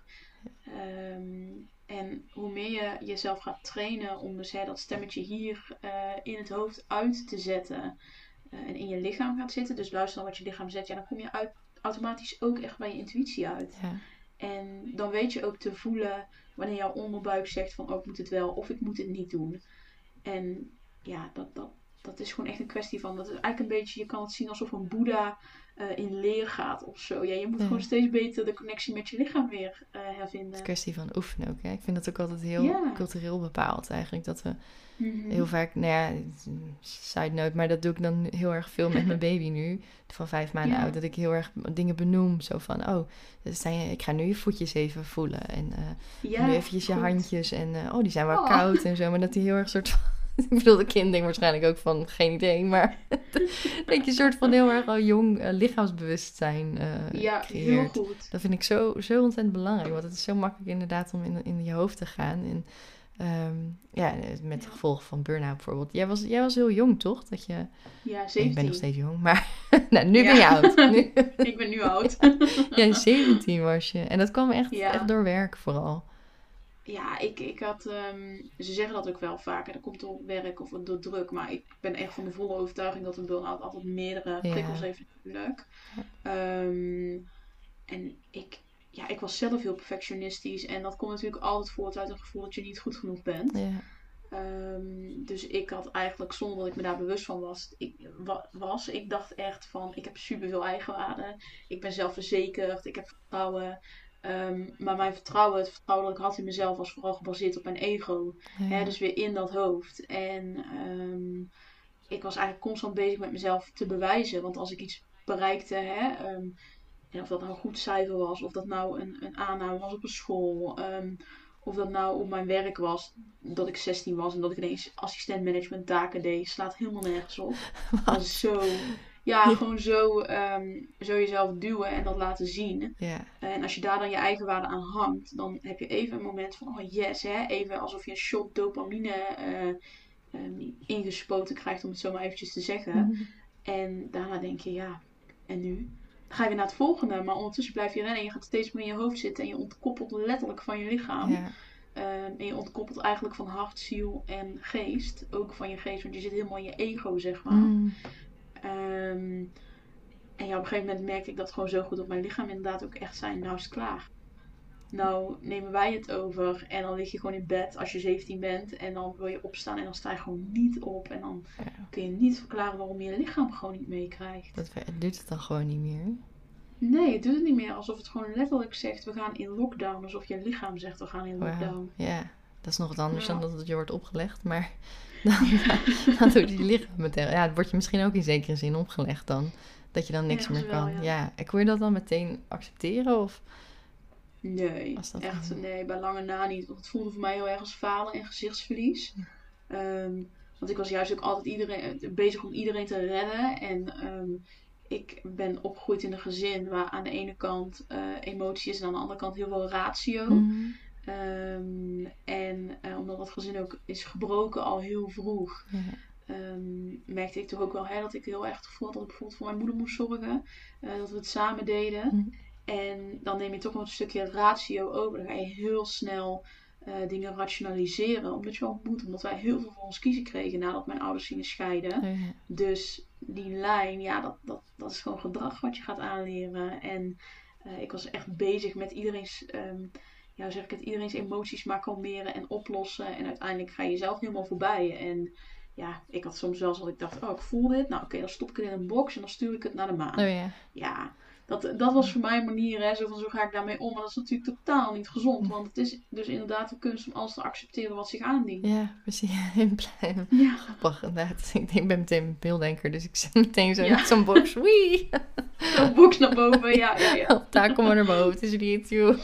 B: En hoe meer je jezelf gaat trainen om dus dat stemmetje hier in het hoofd uit te zetten en in je lichaam gaat zitten, dus luister naar wat je lichaam zegt, ja, dan kom je automatisch ook echt bij je intuïtie uit.
A: ja,
B: En dan weet je ook te voelen wanneer jouw onderbuik zegt van, oh, ik moet het wel of ik moet het niet doen. En ja, dat is gewoon echt een kwestie van, dat is eigenlijk een beetje, je kan het zien alsof een Boeddha in leer gaat of zo. Ja, je moet
A: ja.
B: gewoon steeds beter de connectie met je lichaam weer
A: Het is
B: hervinden.
A: een kwestie van oefenen ook. Hè? Ik vind dat ook altijd heel
B: Ja.
A: cultureel bepaald eigenlijk. Dat we
B: Mhm.
A: heel vaak, nou ja, side note, maar dat doe ik dan heel erg veel met mijn baby nu, van 5 maanden oud.
B: Ja.
A: Dat ik heel erg dingen benoem. Zo van, oh, ik ga nu je voetjes even voelen. En nu
B: Ja,
A: eventjes je
B: goed.
A: handjes. En oh, die zijn wel
B: Oh.
A: koud en zo. Maar dat die heel erg soort van... Ik bedoel, de kind denkt waarschijnlijk ook van, geen idee. Maar dat je een soort van heel erg al jong lichaamsbewustzijn
B: Ja, heel
A: creëert.
B: goed.
A: Dat vind ik zo ontzettend belangrijk. Want het is zo makkelijk inderdaad om in je hoofd te gaan. En met de
B: Ja,
A: gevolgen van burn-out bijvoorbeeld. Jij was heel jong, toch?
B: ja,
A: Ik ben nog
B: 17.
A: steeds jong, maar nou, nu ben je
B: Ja,
A: oud. Nu,
B: ik ben nu oud.
A: ja, 17 was je. En dat kwam echt
B: Ja,
A: door werk vooral.
B: ja, ik had, ze zeggen dat ook wel vaker, dat komt door werk of door druk, maar ik ben echt van de volle overtuiging dat een burn-out altijd meerdere prikkels
A: Ja,
B: heeft natuurlijk. Ehm, en ik was zelf heel perfectionistisch en dat komt natuurlijk altijd voort uit een gevoel dat je niet goed genoeg bent.
A: ja,
B: Dus ik had eigenlijk, zonder dat ik me daar bewust van ik dacht echt van, ik heb superveel eigenwaarde. Ik ben zelfverzekerd, ik heb vertrouwen. Maar mijn vertrouwen, het vertrouwen dat ik had in mezelf, was vooral gebaseerd op mijn ego. Hè,
A: ja.
B: dus weer in dat hoofd. En ik was eigenlijk constant bezig met mezelf te bewijzen. Want als ik iets bereikte, en of dat nou een goed cijfer was, of dat nou een aanname was op een school, of dat nou op mijn werk was, dat ik 16 was en dat ik ineens assistent management taken deed, slaat helemaal nergens op. Dat
A: Wat?
B: is zo, ja,
A: Ja,
B: gewoon zo jezelf duwen en dat laten zien.
A: ja,
B: En als je daar dan je eigen waarde aan hangt, dan heb je even een moment van, oh yes, hè, even alsof je een shot dopamine ingespoten krijgt, om het zo maar eventjes te zeggen. En daarna denk je, ja, en nu? Dan ga je weer naar het volgende, maar ondertussen blijf je rennen en je gaat steeds meer in je hoofd zitten en je ontkoppelt letterlijk van je lichaam.
A: ja,
B: En je ontkoppelt eigenlijk van hart, ziel en geest. Ook van je geest, want je zit helemaal in je ego, zeg maar.
A: mm,
B: Ehm, en ja, op een gegeven moment merkte ik dat gewoon zo goed op mijn lichaam inderdaad ook echt zijn, nou is het klaar. Nou nemen wij het over en dan lig je gewoon in bed als je 17 bent en dan wil je opstaan en dan sta je gewoon niet op. En dan
A: ja.
B: kun je niet verklaren waarom je lichaam gewoon niet meekrijgt.
A: Het doet het dan gewoon niet meer.
B: Nee, het doet het niet meer. Alsof het gewoon letterlijk zegt, we gaan in lockdown. Alsof je lichaam zegt, we gaan in
A: Wauw,
B: lockdown.
A: ja. Dat is nog wat anders dan
B: Ja,
A: dat het je wordt opgelegd. Maar dan doet je lichaam meteen... Ja, het wordt je misschien ook in zekere zin opgelegd dan. Dat je dan niks
B: ergens
A: meer
B: wel,
A: kan.
B: ja.
A: Ja, en kon je dat dan meteen accepteren? Of
B: Nee,
A: was dat
B: echt
A: een...
B: nee, bij lange na niet. Want het voelde voor mij heel erg als falen en gezichtsverlies. Ehm, want ik was juist ook altijd bezig om iedereen te redden. En ik ben opgegroeid in een gezin waar aan de ene kant emotie is en aan de andere kant heel veel ratio.
A: Mm,
B: Omdat dat gezin ook is gebroken al heel vroeg,
A: ja,
B: merkte ik toch ook wel dat ik heel erg het gevoel had dat ik bijvoorbeeld voor mijn moeder moest zorgen. Dat we het samen deden.
A: mm,
B: En dan neem je toch nog een stukje ratio over. Dan ga je heel snel dingen rationaliseren. Omdat je wel moet. Omdat wij heel veel voor ons kiezen kregen nadat mijn ouders gingen scheiden.
A: Ja.
B: Dus die lijn, ja, dat is gewoon gedrag wat je gaat aanleren. En ik was echt bezig met iedereen's, hoe zeg ik het, iedereen's emoties maar kalmeren en oplossen. En uiteindelijk ga je jezelf helemaal voorbij. En ja, ik had soms wel eens dat ik dacht, ik voel dit. Nou oké, dan stop ik het in een box en dan stuur ik het naar de maan.
A: Oh ja.
B: Ja, dat was voor mij een manier, hè, zo ga ik daarmee om. Maar dat is natuurlijk totaal niet gezond. Want het is dus inderdaad de kunst om alles te accepteren wat zich aandient.
A: Ja, precies.
B: Ja.
A: Grappig, inderdaad. Ik ben meteen een beelddenker, dus ik zet meteen zo met zo'n box. Wee!
B: Zo'n box naar boven, ja.
A: Daar komen we naar boven. Het is niet, joh.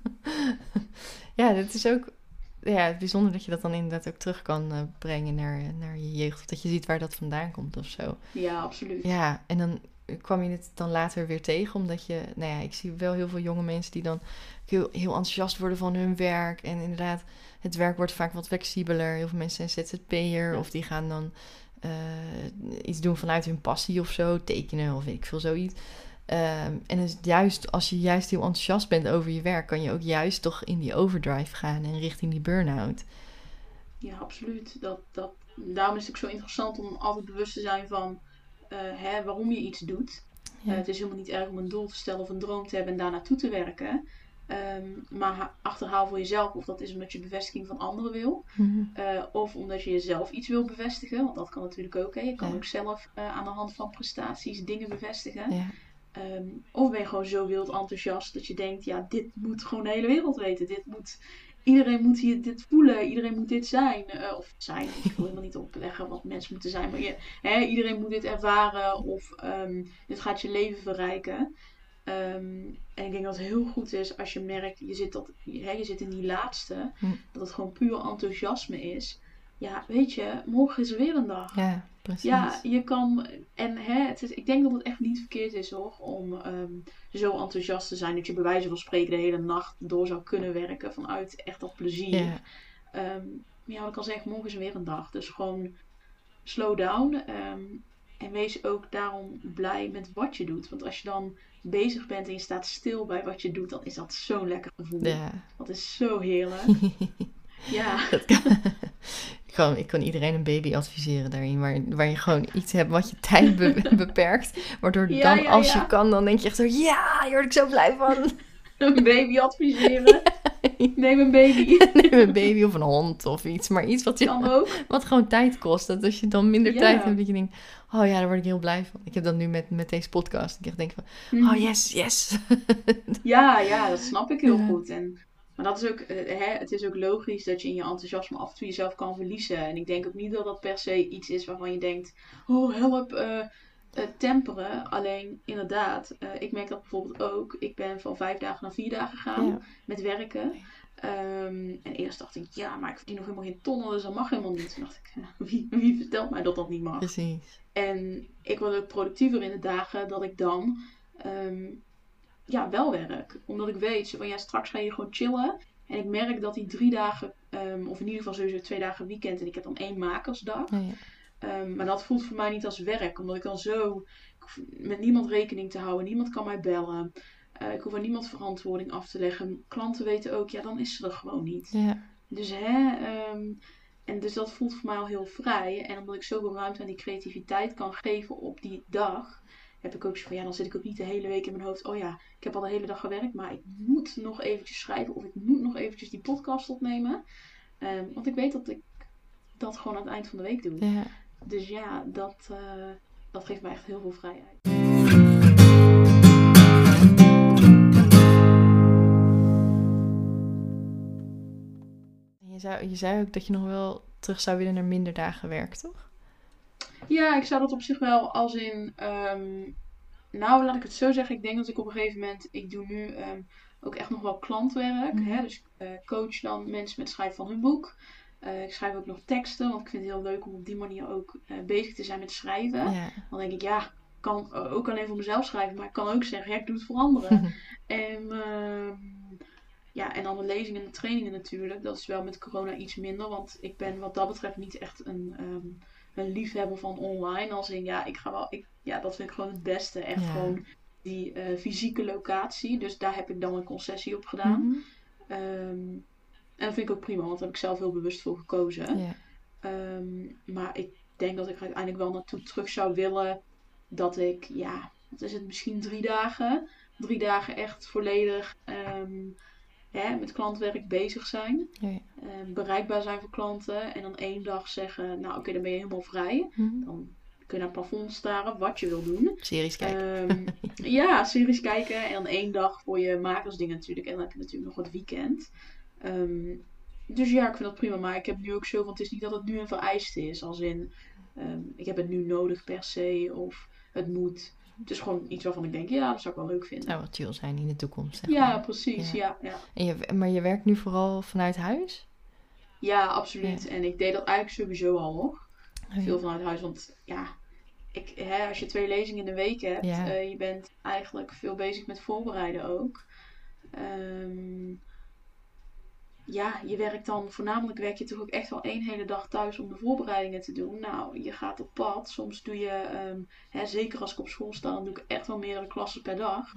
A: Ja, dat is ook bijzonder dat je dat dan inderdaad ook terug kan brengen naar je jeugd. Of dat je ziet waar dat vandaan komt of zo.
B: Ja, absoluut.
A: Ja, en dan kwam je het dan later weer tegen, omdat je, ik zie wel heel veel jonge mensen die dan heel enthousiast worden van hun werk. En inderdaad, het werk wordt vaak wat flexibeler. Heel veel mensen zijn ZZP'er of die gaan dan iets doen vanuit hun passie of zo, tekenen of weet ik veel, zoiets. En dus juist als je juist heel enthousiast bent over je werk, kan je ook juist toch in die overdrive gaan en richting die burn-out.
B: Ja, absoluut. Daarom is het ook zo interessant om altijd bewust te zijn van waarom je iets doet.
A: Ja.
B: Het is helemaal niet erg om een doel te stellen of een droom te hebben en daar naartoe te werken. Maar achterhaal voor jezelf of dat is omdat je bevestiging van anderen wil.
A: Mm-hmm.
B: Of omdat je jezelf iets wil bevestigen. Want dat kan natuurlijk ook. Hè. Je kan ook zelf aan de hand van prestaties dingen bevestigen.
A: Ja.
B: Of ben je gewoon zo wild enthousiast dat je denkt, ja, dit moet gewoon de hele wereld weten. Iedereen moet hier dit voelen. Iedereen moet dit zijn. Of zijn. Ik wil helemaal niet opleggen wat mensen moeten zijn. Maar iedereen moet dit ervaren. Of dit gaat je leven verrijken. En ik denk dat het heel goed is als je merkt, je zit in die laatste. Dat het gewoon puur enthousiasme is. Ja, weet je, morgen is er weer een dag.
A: Ja, precies.
B: Ja, je kan. En ik denk dat het echt niet verkeerd is hoor. Om zo enthousiast te zijn dat je bij wijze van spreken de hele nacht door zou kunnen werken. Vanuit echt dat plezier.
A: Ja.
B: Wat ik al zeg, morgen is er weer een dag. Dus gewoon slow down. En wees ook daarom blij met wat je doet. Want als je dan bezig bent en je staat stil bij wat je doet, dan is dat zo'n lekker gevoel.
A: Ja.
B: Dat is zo heerlijk. Ja.
A: Ik kan iedereen een baby adviseren daarin. Waar je gewoon iets hebt wat je tijd beperkt. Waardoor als je kan, dan denk je echt zo, ja, hier word ik zo blij van.
B: Een baby adviseren. Neem een baby.
A: Neem een baby of een hond of iets. Maar iets wat gewoon tijd kost. Dat als je dan minder tijd hebt, dat je denkt, oh ja, daar word ik heel blij van. Ik heb dat nu met deze podcast. Ik denk van, oh yes.
B: Ja, dat snap ik heel goed. Maar dat is ook, het is ook logisch dat je in je enthousiasme af en toe jezelf kan verliezen. En ik denk ook niet dat dat per se iets is waarvan je denkt, oh help, temperen. Alleen inderdaad, ik merk dat bijvoorbeeld ook. Ik ben van 5 dagen naar 4 dagen gegaan met werken. En eerst dacht ik, ja, maar ik verdien nog helemaal geen tonnen, dus dat mag helemaal niet. Toen dacht ik, wie vertelt mij dat niet mag?
A: Precies.
B: En ik word ook productiever in de dagen dat ik dan wel werk. Omdat ik weet, van straks ga je gewoon chillen. En ik merk dat die 3 dagen, of in ieder geval sowieso 2 dagen weekend, en ik heb dan 1 makersdag. Maar dat voelt voor mij niet als werk. Omdat ik dan zo met niemand rekening te houden. Niemand kan mij bellen. Ik hoef aan niemand verantwoording af te leggen. Klanten weten ook, dan is ze er gewoon niet.
A: Ja.
B: Dus en dus dat voelt voor mij al heel vrij. En omdat ik zoveel ruimte aan die creativiteit kan geven op die dag, heb ik ook zo van, dan zit ik ook niet de hele week in mijn hoofd. Oh ja, ik heb al de hele dag gewerkt, maar ik moet nog eventjes schrijven. Of ik moet nog eventjes die podcast opnemen. Want ik weet dat ik dat gewoon aan het eind van de week doe.
A: Ja.
B: Dus ja, dat geeft mij echt heel veel vrijheid.
A: Je zei ook dat je nog wel terug zou willen naar minder dagen werk, toch?
B: Ja, ik zou dat op zich wel als in... laat ik het zo zeggen. Ik denk dat ik op een gegeven moment... Ik doe nu ook echt nog wel klantwerk.
A: Mm-hmm.
B: Hè? Dus coach dan mensen met het schrijven van hun boek. Ik schrijf ook nog teksten. Want ik vind het heel leuk om op die manier ook bezig te zijn met schrijven.
A: Ja.
B: Dan denk ik, ik kan ook alleen voor mezelf schrijven. Maar ik kan ook zeggen, ik doe het voor anderen. En dan de lezingen en de trainingen natuurlijk. Dat is wel met corona iets minder. Want ik ben wat dat betreft niet echt een liefhebber van online. Als in, dat vind ik gewoon het beste. Echt gewoon die fysieke locatie. Dus daar heb ik dan een concessie op gedaan. En dat vind ik ook prima, want daar heb ik zelf heel bewust voor gekozen.
A: Ja.
B: Maar ik denk dat ik er uiteindelijk wel naartoe terug zou willen. Dat ik, wat is het, misschien 3 dagen. 3 dagen echt volledig met klantwerk bezig zijn.
A: Ja.
B: Bereikbaar zijn voor klanten. En dan 1 dag zeggen, nou oké, dan ben je helemaal vrij. Dan kun je naar het plafond staren, wat je wil doen.
A: Series kijken.
B: Series kijken. En dan 1 dag voor je makersdingen natuurlijk. En dan heb je natuurlijk nog het weekend. Dus ja, ik vind dat prima. Maar ik heb nu ook zo, want het is niet dat het nu een vereiste is. Als in, ik heb het nu nodig per se. Of het moet. Het is gewoon iets waarvan ik denk, ja, dat zou ik wel leuk vinden.
A: Zou wel chill zijn in de toekomst. Zeg
B: Ja,
A: maar.
B: precies. Ja.
A: Maar je werkt nu vooral vanuit huis?
B: Ja, absoluut. Ja. En ik deed dat eigenlijk sowieso al nog. Veel vanuit huis. Want als je 2 lezingen in de week hebt. Je bent eigenlijk veel bezig met voorbereiden ook. Je werkt dan, voornamelijk werk je toch ook echt wel 1 hele dag thuis om de voorbereidingen te doen. Nou, je gaat op pad. Soms doe je, zeker als ik op school sta, dan doe ik echt wel meerdere klassen per dag.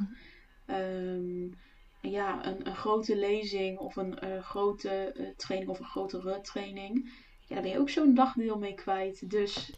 B: Een grote lezing of een grote training of een grotere training. Ja, daar ben je ook zo'n dagdeel mee kwijt. Dus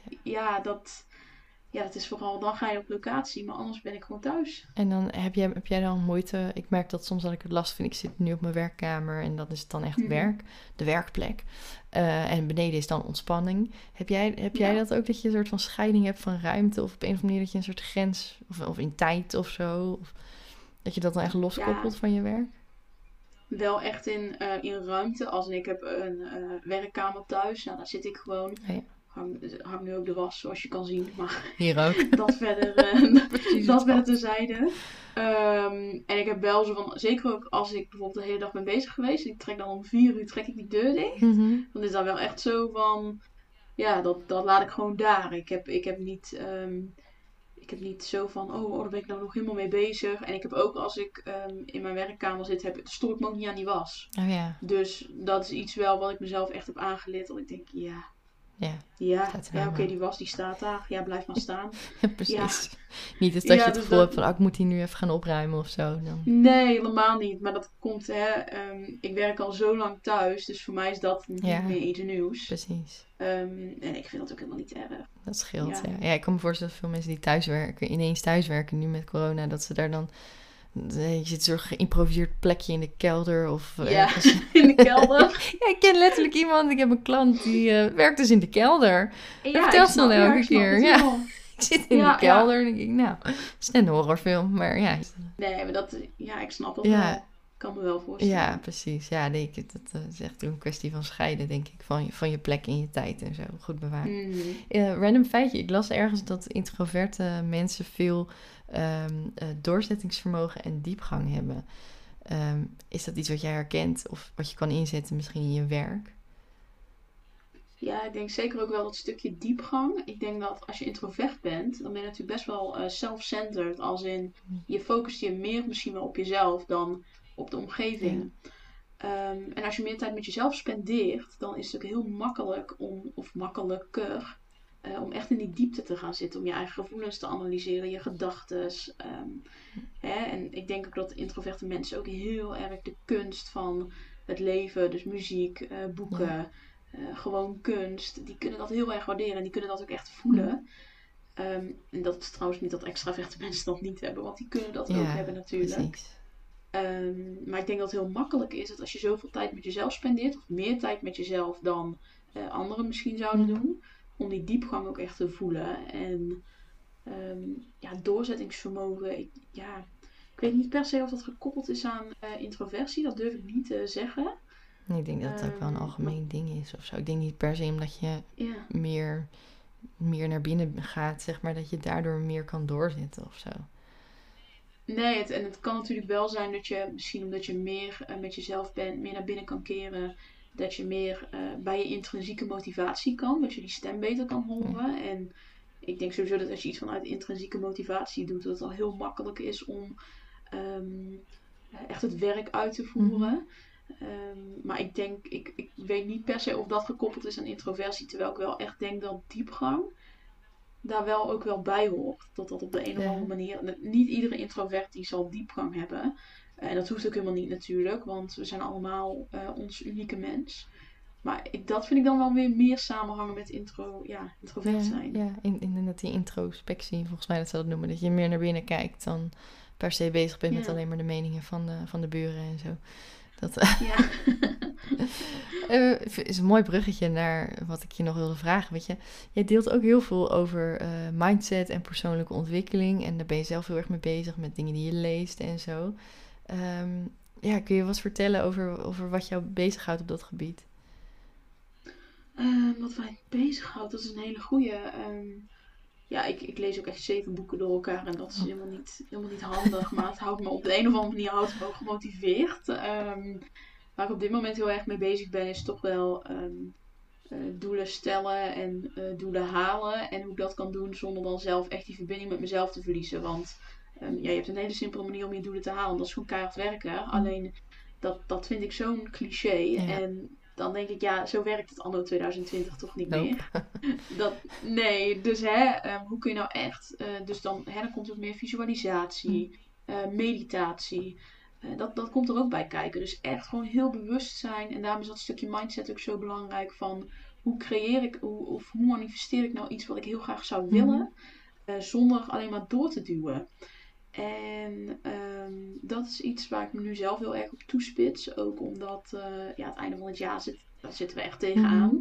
B: dat is vooral, dan ga je op locatie, maar anders ben ik gewoon thuis.
A: En dan heb jij dan moeite? Ik merk dat soms dat ik het last vind. Ik zit nu op mijn werkkamer en dat is dan echt werk, de werkplek. En beneden is dan ontspanning. Heb jij dat ook, dat je een soort van scheiding hebt van ruimte? Of op een of andere manier dat je een soort grens, of in tijd of zo? Of dat je dat dan echt loskoppelt van je werk?
B: Wel echt in ruimte. Als ik heb een werkkamer thuis, nou, daar zit ik gewoon. Ja. Hang nu ook de was, zoals je kan zien. Maar
A: hier ook.
B: dat verder terzijde. En ik heb wel zo van, zeker ook als ik bijvoorbeeld de hele dag ben bezig geweest. En ik trek dan om 4 uur trek ik die deur dicht. Dan is dat wel echt zo van, dat laat ik gewoon daar. Ik heb niet zo van, daar ben ik nou nog helemaal mee bezig. En ik heb ook, als ik in mijn werkkamer zit, stoor ik me ook niet aan die was.
A: Oh ja.
B: Dus dat is iets wel wat ik mezelf echt heb aangeleerd. Dat ik denk, oké, die was, die staat daar. Ja, blijf maar staan.
A: Precies. Ja. Niet eens dat je het gevoel hebt van, ik moet die nu even gaan opruimen of zo. Dan.
B: Nee, helemaal niet. Maar dat komt, ik werk al zo lang thuis. Dus voor mij is dat niet meer iets nieuws.
A: Precies.
B: En ik vind dat ook helemaal niet erg.
A: Dat scheelt, ja. Ik kan me voorstellen dat veel mensen die thuiswerken, ineens thuiswerken nu met corona, dat ze daar dan... Je zit zo'n geïmproviseerd plekje in de kelder of
B: in de kelder.
A: Ik ken letterlijk iemand. Ik heb een klant die werkt dus in de kelder. Dat vertelt ze dan elke keer. Ik zit in de kelder en denk ik, nou, het is net een horrorfilm, maar ja.
B: Nee, maar dat, ik snap dat wel. Ik kan me wel voorstellen.
A: Ja, precies. Ja, dat is echt een kwestie van scheiden, denk ik, van je plek in je tijd en zo. Goed bewaken. Random feitje. Ik las ergens dat introverte mensen veel doorzettingsvermogen en diepgang hebben. Is dat iets wat jij herkent of wat je kan inzetten misschien in je werk?
B: Ja, ik denk zeker ook wel dat stukje diepgang. Ik denk dat als je introvert bent, dan ben je natuurlijk best wel self-centered. Als in, je focust je meer misschien wel op jezelf dan op de omgeving. En als je meer tijd met jezelf spendeert, dan is het ook heel makkelijk makkelijker om echt in die diepte te gaan zitten. Om je eigen gevoelens te analyseren, je gedachten. En ik denk ook dat introverte mensen ook heel erg de kunst van het leven, dus muziek, boeken, gewoon kunst, die kunnen dat heel erg waarderen en die kunnen dat ook echt voelen. En dat is trouwens niet dat extraverte mensen dat niet hebben, want die kunnen dat ook hebben natuurlijk. Maar ik denk dat het heel makkelijk is dat als je zoveel tijd met jezelf spendeert, of meer tijd met jezelf dan anderen misschien zouden doen, om die diepgang ook echt te voelen. En doorzettingsvermogen, ik weet niet per se of dat gekoppeld is aan introversie, dat durf ik niet te zeggen.
A: Ik denk dat het ook wel een algemeen ding is of zo. Ik denk niet per se omdat je meer naar binnen gaat, zeg maar, dat je daardoor meer kan doorzetten of zo.
B: Nee, het kan natuurlijk wel zijn dat je, misschien omdat je meer met jezelf bent, meer naar binnen kan keren, dat je meer bij je intrinsieke motivatie kan, dat je die stem beter kan horen. En ik denk sowieso dat als je iets vanuit intrinsieke motivatie doet, dat het al heel makkelijk is om echt het werk uit te voeren. Maar ik weet niet per se of dat gekoppeld is aan introversie, terwijl ik wel echt denk dat diepgang daar wel ook wel bij hoort. Dat op de een of andere manier... Niet iedere introvert die zal diepgang hebben. En dat hoeft ook helemaal niet natuurlijk. Want we zijn allemaal ons unieke mens. Maar dat vind ik dan wel weer meer samenhangen met introvert zijn.
A: Ja, inderdaad die introspectie, volgens mij dat ze dat noemen. Dat je meer naar binnen kijkt dan per se bezig bent met alleen maar de meningen van de buren en zo. Dat is een mooi bruggetje naar wat ik je nog wilde vragen. Weet je, jij deelt ook heel veel over mindset en persoonlijke ontwikkeling. En daar ben je zelf heel erg mee bezig met dingen die je leest en zo. Kun je wat vertellen over wat jou bezighoudt op dat gebied?
B: Wat mij bezighoudt, dat is een hele goeie. Ik lees ook echt 7 boeken door elkaar en dat is helemaal niet handig. Maar het houdt me op de een of andere manier ook gemotiveerd. Waar ik op dit moment heel erg mee bezig ben, is toch wel doelen stellen en doelen halen. En hoe ik dat kan doen zonder dan zelf echt die verbinding met mezelf te verliezen. Want je hebt een hele simpele manier om je doelen te halen. Dat is gewoon keihard werken. Alleen dat vind ik zo'n cliché.
A: Ja.
B: En dan denk ik, zo werkt het anno 2020 toch niet
A: Nope.
B: meer. Dus hoe kun je nou echt... dan komt er meer visualisatie, meditatie. Dat komt er ook bij kijken. Dus echt gewoon heel bewust zijn. En daarom is dat stukje mindset ook zo belangrijk. Van hoe creëer ik, hoe manifesteer ik nou iets wat ik heel graag zou willen. Zonder alleen maar door te duwen. En dat is iets waar ik me nu zelf heel erg op toespits. Ook omdat het einde van het jaar zitten we echt tegenaan.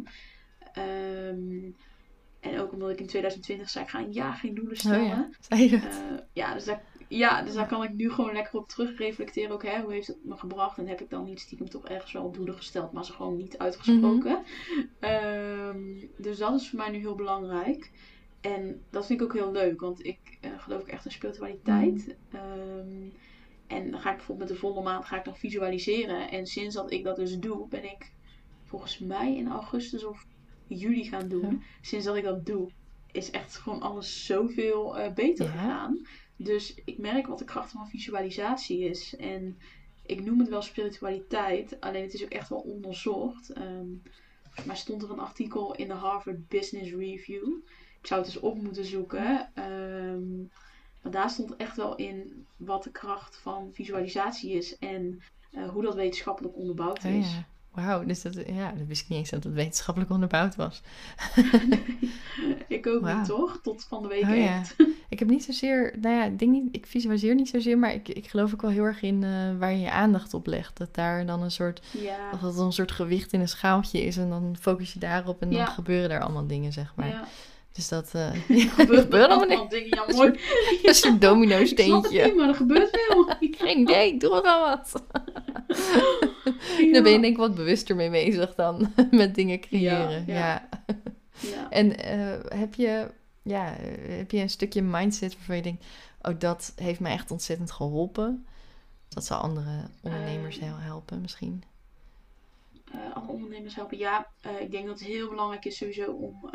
B: En ook omdat ik in 2020 zei, ik ga een jaar geen doelen stellen.
A: Oh ja, zei je het?
B: Dus daar kan ik nu gewoon lekker op terug-reflecteren. Ook, hoe heeft het me gebracht? En heb ik dan niet stiekem toch ergens wel doelen gesteld, maar ze gewoon niet uitgesproken. Dus dat is voor mij nu heel belangrijk. En dat vind ik ook heel leuk, want ik geloof ook echt in spiritualiteit. En dan ga ik bijvoorbeeld met de volle maan dan visualiseren. En sinds dat ik dat dus doe, ben ik volgens mij in augustus of juli gaan doen.
A: Ja.
B: Sinds dat ik dat doe, is echt gewoon alles zoveel beter gegaan. Dus ik merk wat de kracht van visualisatie is. En ik noem het wel spiritualiteit, alleen het is ook echt wel onderzocht. Maar stond er een artikel in de Harvard Business Review. Ik zou het eens op moeten zoeken. Maar daar stond echt wel in wat de kracht van visualisatie is. En hoe dat wetenschappelijk onderbouwd is.
A: Ja. Wauw, dus dat wist ik niet eens dat het wetenschappelijk onderbouwd was.
B: Ik ook niet, toch? Tot van de week echt.
A: Ja. Ik heb niet zozeer, ik visualiseer niet zozeer, maar ik geloof ook wel heel erg in waar je je aandacht op legt. Dat daar dan dat het een soort gewicht in een schaaltje is en dan focus je daarop en dan gebeuren daar allemaal dingen, zeg maar.
B: Ja.
A: Dus dat
B: gebeurt allemaal dingen. Ja, mooi.
A: Dat is een domino steentje.
B: Ik snap het niet, maar er gebeurt veel.
A: Geen idee, ik doe er wel wat. Dan ben je denk ik wat bewuster mee bezig dan met dingen creëren. Ja. En heb je een stukje mindset waarvan je denkt, dat heeft mij echt ontzettend geholpen? Dat zal andere ondernemers helpen misschien?
B: Andere ondernemers helpen, ja. Ik denk dat het heel belangrijk is sowieso om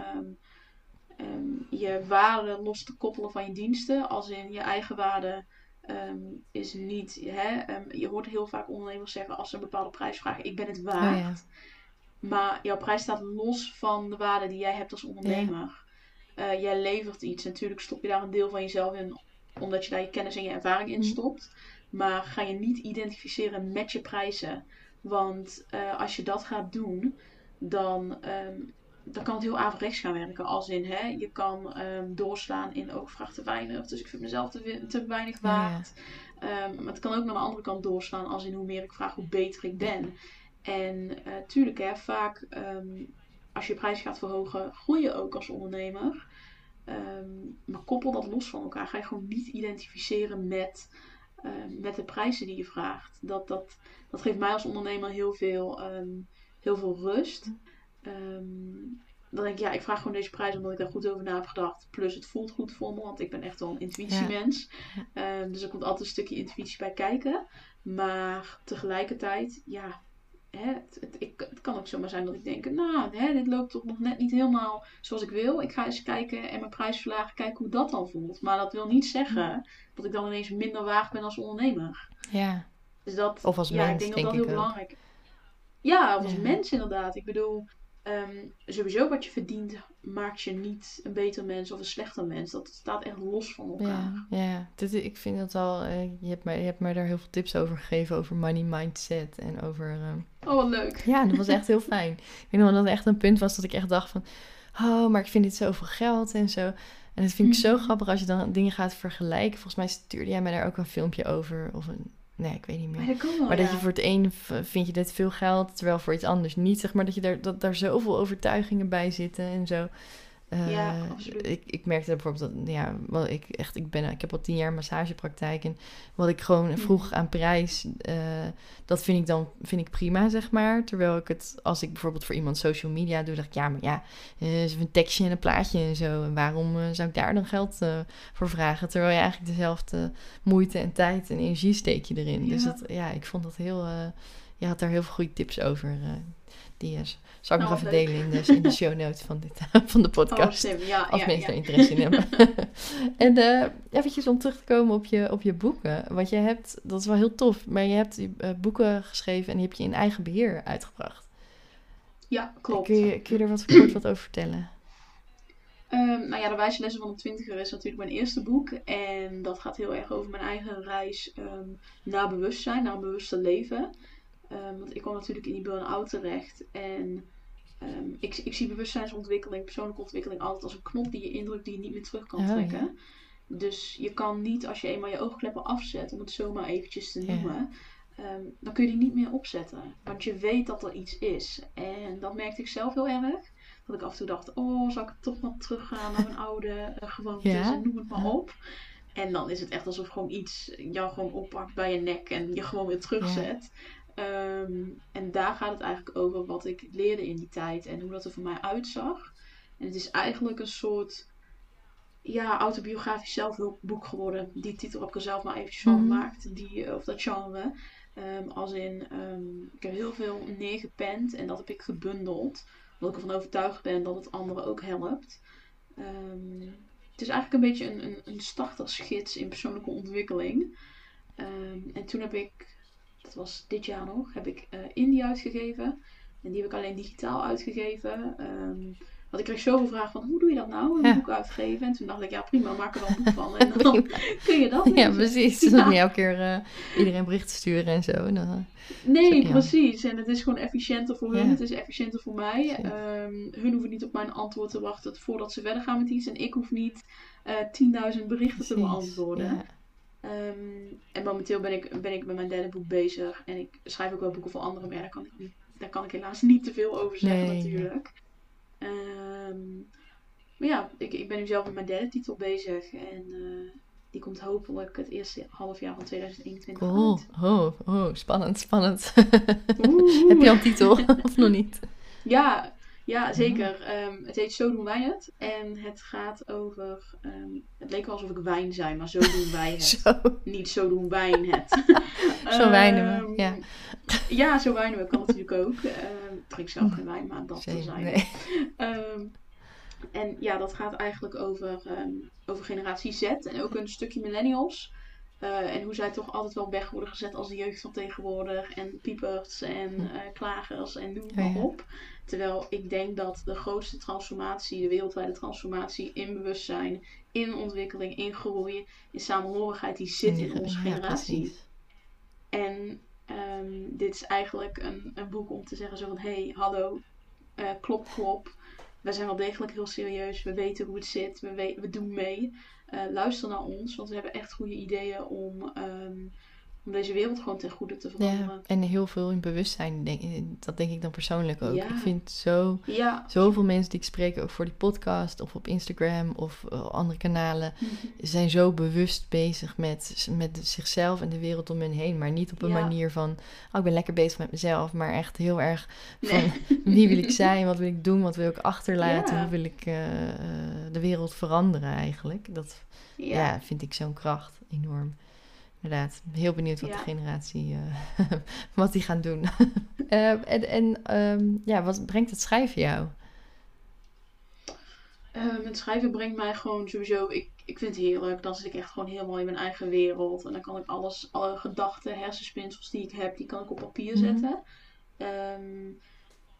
B: je waarde los te koppelen van je diensten. Als in je eigen waarde is niet... je hoort heel vaak ondernemers zeggen als ze een bepaalde prijs vragen, ik ben het waard.
A: Ja.
B: Maar jouw prijs staat los van de waarde die jij hebt als ondernemer. Ja. Jij levert iets. Natuurlijk stop je daar een deel van jezelf in, omdat je daar je kennis en je ervaring in stopt. Maar ga je niet identificeren met je prijzen. Want als je dat gaat doen, dan kan het heel averechts gaan werken. Als in, je kan doorslaan in ook vraag te weinig. Dus ik vind mezelf te weinig waard. Maar het kan ook naar de andere kant doorslaan. Als in hoe meer ik vraag, hoe beter ik ben. En tuurlijk, vaak als je prijs gaat verhogen, groei je ook als ondernemer. Maar koppel dat los van elkaar. Ga je gewoon niet identificeren met de prijzen die je vraagt. Dat geeft mij als ondernemer heel veel rust. Dan denk ik, ik vraag gewoon deze prijs omdat ik daar goed over na heb gedacht. Plus het voelt goed voor me, want ik ben echt wel een intuïtiemens. Dus er komt altijd een stukje intuïtie bij kijken. Maar tegelijkertijd, het kan ook zomaar zijn dat ik denk, dit loopt toch nog net niet helemaal zoals ik wil. Ik ga eens kijken en mijn prijs verlagen, kijken hoe dat dan voelt. Maar dat wil niet zeggen dat ik dan ineens minder waard ben als ondernemer.
A: Ja.
B: Dus
A: of als mens,
B: ik denk dat dat heel belangrijk is. Ja, of als mens inderdaad. Ik bedoel, Sowieso wat je verdient maakt je niet een beter mens of een slechter mens. Dat staat echt los van elkaar.
A: Ja. Ik vind dat al... je hebt mij daar heel veel tips over gegeven. Over money mindset en over...
B: Oh, wat leuk.
A: Ja, dat was echt heel fijn. Ik weet nog wel dat het echt een punt was dat ik echt dacht van... Oh, maar ik vind dit zoveel geld en zo. En dat vind ik zo grappig als je dan dingen gaat vergelijken. Volgens mij stuurde jij mij daar ook een filmpje over. Of een... Nee, ik weet niet meer.
B: Maar dat kan wel,
A: Maar dat je voor het een vind je dit veel geld, terwijl voor iets anders niet. Zeg maar dat je dat daar zoveel overtuigingen bij zitten en zo.
B: Ja, absoluut.
A: Ik merkte bijvoorbeeld dat, ik heb al 10 jaar massagepraktijk. En wat ik gewoon vroeg aan prijs, dat vind ik prima, zeg maar. Terwijl ik het, als ik bijvoorbeeld voor iemand social media doe, dacht ik, een tekstje en een plaatje en zo. En waarom zou ik daar dan geld voor vragen? Terwijl je eigenlijk dezelfde moeite en tijd en energie steek je erin. Ja. Dus ik vond dat heel... je had daar heel veel goede tips over. Die zal ik nog even delen in de show notes van de podcast. Als mensen er interesse in hebben. En eventjes om terug te komen op je boeken. Want je hebt, dat is wel heel tof, maar je hebt boeken geschreven en die heb je in eigen beheer uitgebracht.
B: Ja, klopt.
A: Kun je er kort wat over vertellen?
B: De wijze lessen van de 20er is natuurlijk mijn eerste boek. En dat gaat heel erg over mijn eigen reis naar bewustzijn, naar een bewuste leven. Want ik kwam natuurlijk in die burn-out terecht. En ik zie bewustzijnsontwikkeling, persoonlijke ontwikkeling altijd als een knop die je indrukt die je niet meer terug kan trekken. Ja. Dus je kan niet, als je eenmaal je oogkleppen afzet, om het zomaar eventjes te noemen, dan kun je die niet meer opzetten. Want je weet dat er iets is. En dat merkte ik zelf heel erg. Dat ik af en toe dacht, zal ik toch maar teruggaan naar mijn oude gewoontes en noem het maar op. En dan is het echt alsof gewoon iets jou gewoon oppakt bij je nek en je gewoon weer terugzet. En daar gaat het eigenlijk over wat ik leerde in die tijd en hoe dat er voor mij uitzag. En het is eigenlijk een soort autobiografisch zelfhulpboek geworden. Die titel heb ik er zelf maar eventjes van gemaakt, of dat genre. Ik heb heel veel neergepend en dat heb ik gebundeld. Omdat ik ervan overtuigd ben dat het anderen ook helpt. Het is eigenlijk een beetje een startersgids in persoonlijke ontwikkeling. En toen heb ik, dat was dit jaar nog, heb ik Indie uitgegeven. En die heb ik alleen digitaal uitgegeven. Want ik kreeg zoveel vragen van, hoe doe je dat nou? Een boek uitgeven. En toen dacht ik, prima, maak er dan een boek van. En dan kun je dat.
A: Ja, precies. Dus niet elke keer iedereen berichten sturen en zo.
B: Nee, precies. En het is gewoon efficiënter voor hun. Het is efficiënter voor mij. Hun hoeven niet op mijn antwoord te wachten voordat ze verder gaan met iets. En ik hoef niet 10.000 berichten te beantwoorden. Ja. En momenteel ben ik met mijn derde boek bezig. En ik schrijf ook wel boeken voor anderen. Maar daar kan ik helaas niet te veel over zeggen natuurlijk. Maar ik ben nu zelf met mijn derde titel bezig. En die komt hopelijk het eerste halfjaar van 2021 uit.
A: Spannend. Heb je al een titel of nog niet?
B: Ja, zeker. Het heet Zo doen wij het. En het gaat over... het leek wel alsof ik wijn zei, maar zo doen wij het. Niet zo doen wijn het.
A: Zo wijnen we, ja.
B: Ja, zo wijnen we kan natuurlijk ook. Ik drink zelf geen wijn, maar dat terzijde. Nee. En dat gaat eigenlijk over generatie Z en ook een stukje millennials. En hoe zij toch altijd wel weg worden gezet als de jeugd van tegenwoordig. En piepers en klagers en noem maar op. Terwijl ik denk dat de grootste transformatie, de wereldwijde transformatie in bewustzijn, in ontwikkeling, in groei, in samenhorigheid, die zit in onze generatie. En dit is eigenlijk een boek om te zeggen zo van, hey, hallo, klop. We zijn wel degelijk heel serieus. We weten hoe het zit. We doen mee. Luister naar ons. Want we hebben echt goede ideeën om deze wereld gewoon ten goede te veranderen.
A: Ja, en heel veel in bewustzijn. Dat denk ik dan persoonlijk ook. Ja. Ik vind zoveel mensen die ik spreek, ook voor die podcast of op Instagram of andere kanalen, zijn zo bewust bezig met zichzelf en de wereld om hen heen. Maar niet op een manier van, ik ben lekker bezig met mezelf. Maar echt heel erg van, wie wil ik zijn? Wat wil ik doen? Wat wil ik achterlaten? Hoe wil ik de wereld veranderen eigenlijk? Dat vind ik zo'n kracht enorm. Inderdaad, heel benieuwd wat de generatie, wat die gaan doen. Wat brengt het schrijven jou?
B: Het schrijven brengt mij gewoon sowieso, ik vind het heerlijk. Dan zit ik echt gewoon helemaal in mijn eigen wereld. En dan kan ik alle gedachten, hersenspinsels die ik heb, die kan ik op papier zetten.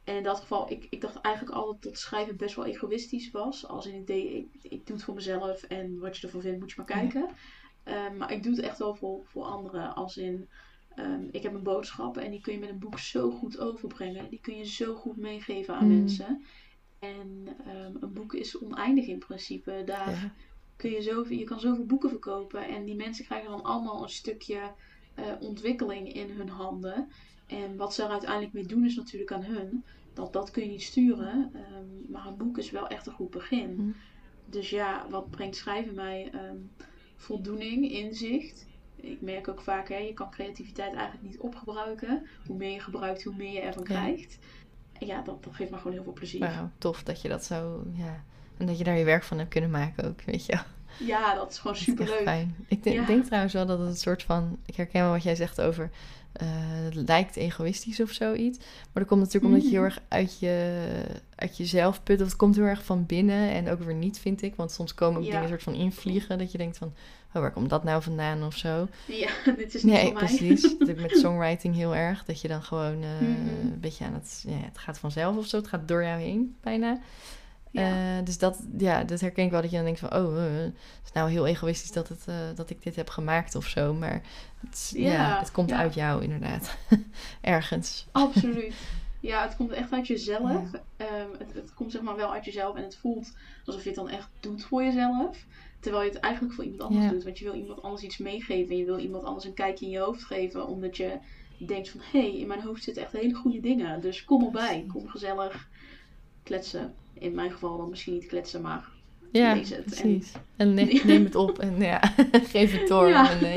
B: En in dat geval, ik dacht eigenlijk altijd dat schrijven best wel egoïstisch was. Als in ik doe het voor mezelf en wat je ervan vindt moet je maar
A: Ja.
B: kijken. Maar ik doe het echt wel voor anderen. Als in, ik heb een boodschap en die kun je met een boek zo goed overbrengen. Die kun je zo goed meegeven aan mensen. En een boek is oneindig in principe. Daar
A: Ja.
B: kun je kan zoveel boeken verkopen. En die mensen krijgen dan allemaal een stukje ontwikkeling in hun handen. En wat ze er uiteindelijk mee doen is natuurlijk aan hun. Dat kun je niet sturen. Maar een boek is wel echt een goed begin. Dus ja, wat brengt schrijven mij? Voldoening, inzicht. Ik merk ook vaak, je kan creativiteit eigenlijk niet opgebruiken. Hoe meer je gebruikt, hoe meer je ervan
A: Ja.
B: krijgt. En ja, dat geeft me gewoon heel veel plezier.
A: Wauw, tof dat je dat zo... Ja. En dat je daar je werk van hebt kunnen maken ook, weet je wel.
B: Ja, dat is gewoon
A: Dat is echt
B: superleuk.
A: fijn. Ik
B: Ja.
A: denk trouwens wel dat het een soort van... Ik herken wel wat jij zegt over... het lijkt egoïstisch of zoiets. Maar dat komt natuurlijk omdat je heel erg uit jezelf put. Of het komt heel erg van binnen. En ook weer niet, vind ik. Want soms komen ook
B: Ja.
A: dingen soort van invliegen. Dat je denkt van... Oh, waar komt dat nou vandaan of zo?
B: Ja, dit is niet
A: Nee,
B: voor mij.
A: precies. Dat heb ik met songwriting heel erg. Dat je dan gewoon een beetje aan het... Ja, het gaat vanzelf of zo. Het gaat door jou heen, bijna.
B: Ja.
A: Dus dat herken ik wel. Dat je dan denkt van... Oh, het is nou heel egoïstisch dat ik dit heb gemaakt of zo. Maar het komt
B: Ja.
A: uit jou inderdaad. Ergens.
B: Absoluut. Ja, het komt echt uit jezelf.
A: Ja.
B: Het komt zeg maar wel uit jezelf en het voelt alsof je het dan echt doet voor jezelf. Terwijl je het eigenlijk voor iemand anders
A: Ja.
B: doet. Want je wil iemand anders iets meegeven. En je wil iemand anders een kijkje in je hoofd geven. Omdat je denkt van, hé, in mijn hoofd zitten echt hele goede dingen. Dus kom erbij. Kom gezellig kletsen. In mijn geval dan misschien niet kletsen, maar
A: Ja,
B: lees het.
A: precies. En neem het op en geef het door.
B: Ja.
A: En,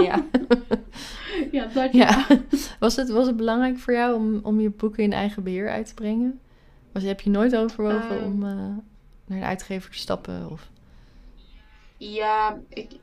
B: Ja, dat
A: Ja. Was het belangrijk voor jou om je boeken in eigen beheer uit te brengen? Heb je nooit overwogen om naar de uitgever te stappen? Of...
B: Ja,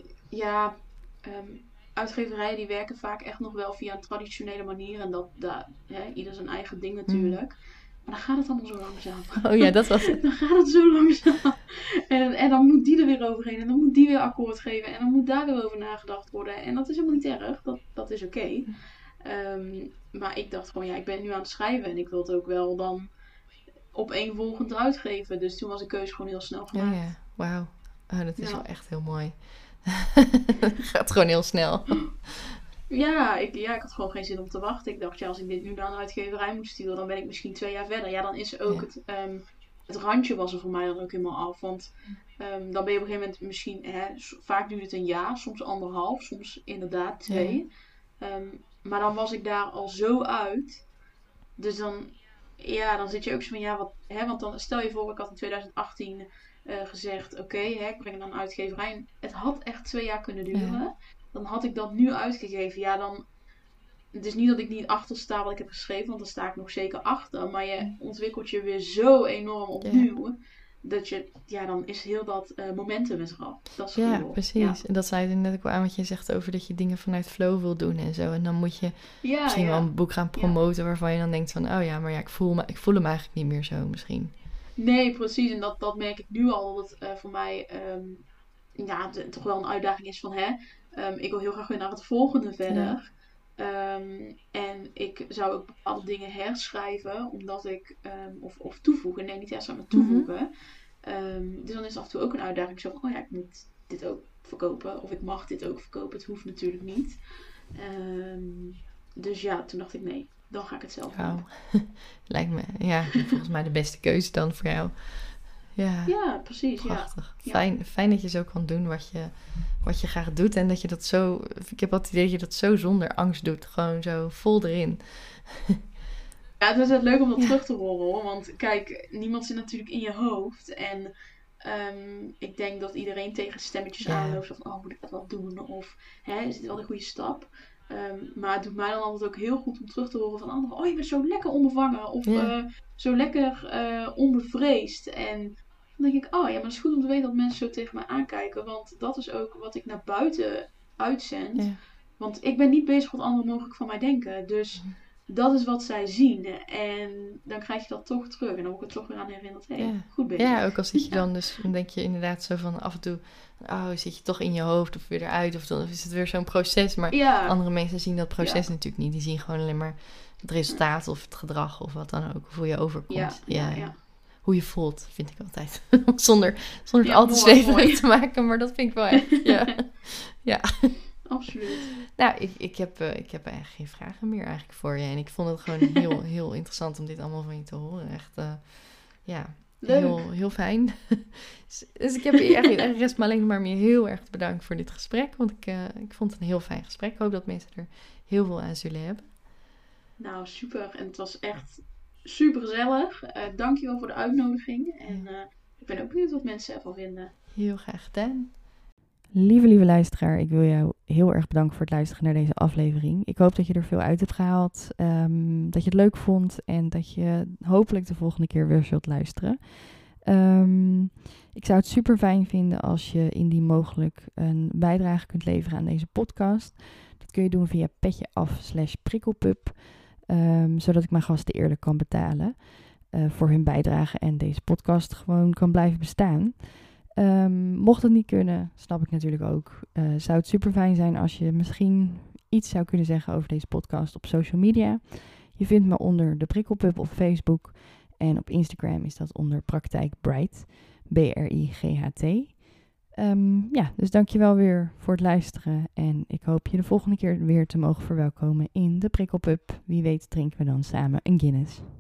B: uitgeverijen die werken vaak echt nog wel via een traditionele manier. En ieder zijn eigen ding natuurlijk. Maar dan gaat het allemaal zo langzaam.
A: Oh ja, dat was het.
B: Dan gaat het zo langzaam. En dan moet die er weer overheen. En dan moet die weer akkoord geven. En dan moet daar weer over nagedacht worden. En dat is helemaal niet erg. Dat is oké. Maar ik dacht gewoon, ik ben nu aan het schrijven. En ik wil het ook wel dan opeenvolgend uitgeven. Dus toen was de keuze gewoon heel snel gemaakt.
A: Ja. Wauw. Oh, dat is
B: Ja.
A: wel echt heel mooi. Het gaat gewoon heel snel.
B: Ja, ik had gewoon geen zin om te wachten. Ik dacht, als ik dit nu naar een uitgeverij moet sturen, dan ben ik misschien 2 jaar verder. Ja, dan is ook het randje was er voor mij dan ook helemaal af. Want dan ben je op een gegeven moment misschien, vaak duurt het een jaar, soms 1,5, soms inderdaad 2. Maar dan was ik daar al zo uit. Dus dan zit je ook zo van, want dan stel je voor, ik had in 2018 gezegd, oké, ik breng het naar een uitgeverij. Het had echt 2 jaar kunnen duren.
A: Ja.
B: Dan had ik dat nu uitgegeven. Ja, dan... Het is niet dat ik niet achter sta wat ik heb geschreven, want daar sta ik nog zeker achter. Maar je ontwikkelt je weer zo enorm opnieuw. Dat je... Ja, dan is heel dat momentum is eraf. Dat is
A: Ja,
B: cool.
A: precies.
B: Ja.
A: En dat sluit net ook wel aan wat je zegt over dat je dingen vanuit flow wil doen en zo. En dan moet je misschien wel een boek gaan promoten waarvan je dan denkt van... Oh ja, maar ik voel hem eigenlijk niet meer zo misschien.
B: Nee, precies. En dat merk ik nu al. Dat het voor mij toch wel een uitdaging is van... ik wil heel graag weer naar het volgende verder.
A: Ja.
B: En ik zou ook bepaalde dingen herschrijven, omdat ik, of toevoegen, nee niet herschrijven, maar toevoegen. Dus dan is het af en toe ook een uitdaging zo van, ik moet dit ook verkopen, of ik mag dit ook verkopen, het hoeft natuurlijk niet. Dus ja, toen dacht ik nee, dan ga ik het zelf doen.
A: Lijkt me, volgens mij de beste keuze dan voor jou.
B: Ja, precies.
A: Prachtig.
B: Ja.
A: Fijn dat je zo kan doen wat je graag doet. En dat je dat zo... Ik heb altijd het idee dat je dat zo zonder angst doet. Gewoon zo vol erin.
B: Ja, het is het leuk om dat terug te horen hoor. Want kijk, niemand zit natuurlijk in je hoofd. En ik denk dat iedereen tegen stemmetjes aanloopt. Van, moet ik dat wel doen? Of, is dit wel een goede stap? Maar het doet mij dan altijd ook heel goed om terug te horen van anderen. Oh, je bent zo lekker onbevangen. Of zo lekker onbevreesd. En dan denk ik, maar het is goed om te weten dat mensen zo tegen mij aankijken. Want dat is ook wat ik naar buiten uitzend.
A: Ja.
B: Want ik ben niet bezig wat anderen mogelijk van mij denken. Dus dat is wat zij zien. En dan krijg je dat toch terug. En dan word ik er toch weer aan herinnerd. Goed bezig.
A: Ja, ook al zit je dan dus, dan denk je inderdaad zo van af en toe, zit je toch in je hoofd of weer eruit. Of dan is het weer zo'n proces. Maar andere mensen zien dat proces natuurlijk niet. Die zien gewoon alleen maar het resultaat of het gedrag of wat dan ook. Of hoe je overkomt. Ja. Hoe je voelt, vind ik altijd. zonder het al te zweverig te maken, maar dat vind ik wel echt. Ja.
B: Absoluut.
A: Nou, ik heb eigenlijk geen vragen meer eigenlijk voor je. En ik vond het gewoon heel, heel interessant om dit allemaal van je te horen. Echt, heel, heel fijn. Dus ik heb eigenlijk rest me alleen maar meer heel erg te bedanken voor dit gesprek. Want ik vond het een heel fijn gesprek. Ik hoop dat mensen er heel veel aan zullen hebben.
B: Nou, super. En het was echt super gezellig. Dankjewel voor de uitnodiging. En ik ben ook benieuwd wat mensen ervan vinden.
A: Heel graag gedaan. Lieve luisteraar, ik wil jou heel erg bedanken voor het luisteren naar deze aflevering. Ik hoop dat je er veel uit hebt gehaald, dat je het leuk vond en dat je hopelijk de volgende keer weer zult luisteren. Ik zou het super fijn vinden als je indien mogelijk een bijdrage kunt leveren aan deze podcast. Dat kun je doen via petjeaf/prikkelpup, zodat ik mijn gasten eerlijk kan betalen voor hun bijdrage en deze podcast gewoon kan blijven bestaan. Mocht het niet kunnen, snap ik natuurlijk ook. Zou het super fijn zijn als je misschien iets zou kunnen zeggen over deze podcast op social media. Je vindt me onder de Prikkelpup op Facebook. En op Instagram is dat onder Praktijk Bright. BRIGHT. Dus dankjewel weer voor het luisteren. En ik hoop je de volgende keer weer te mogen verwelkomen in de Prikkelpup. Wie weet drinken we dan samen een Guinness.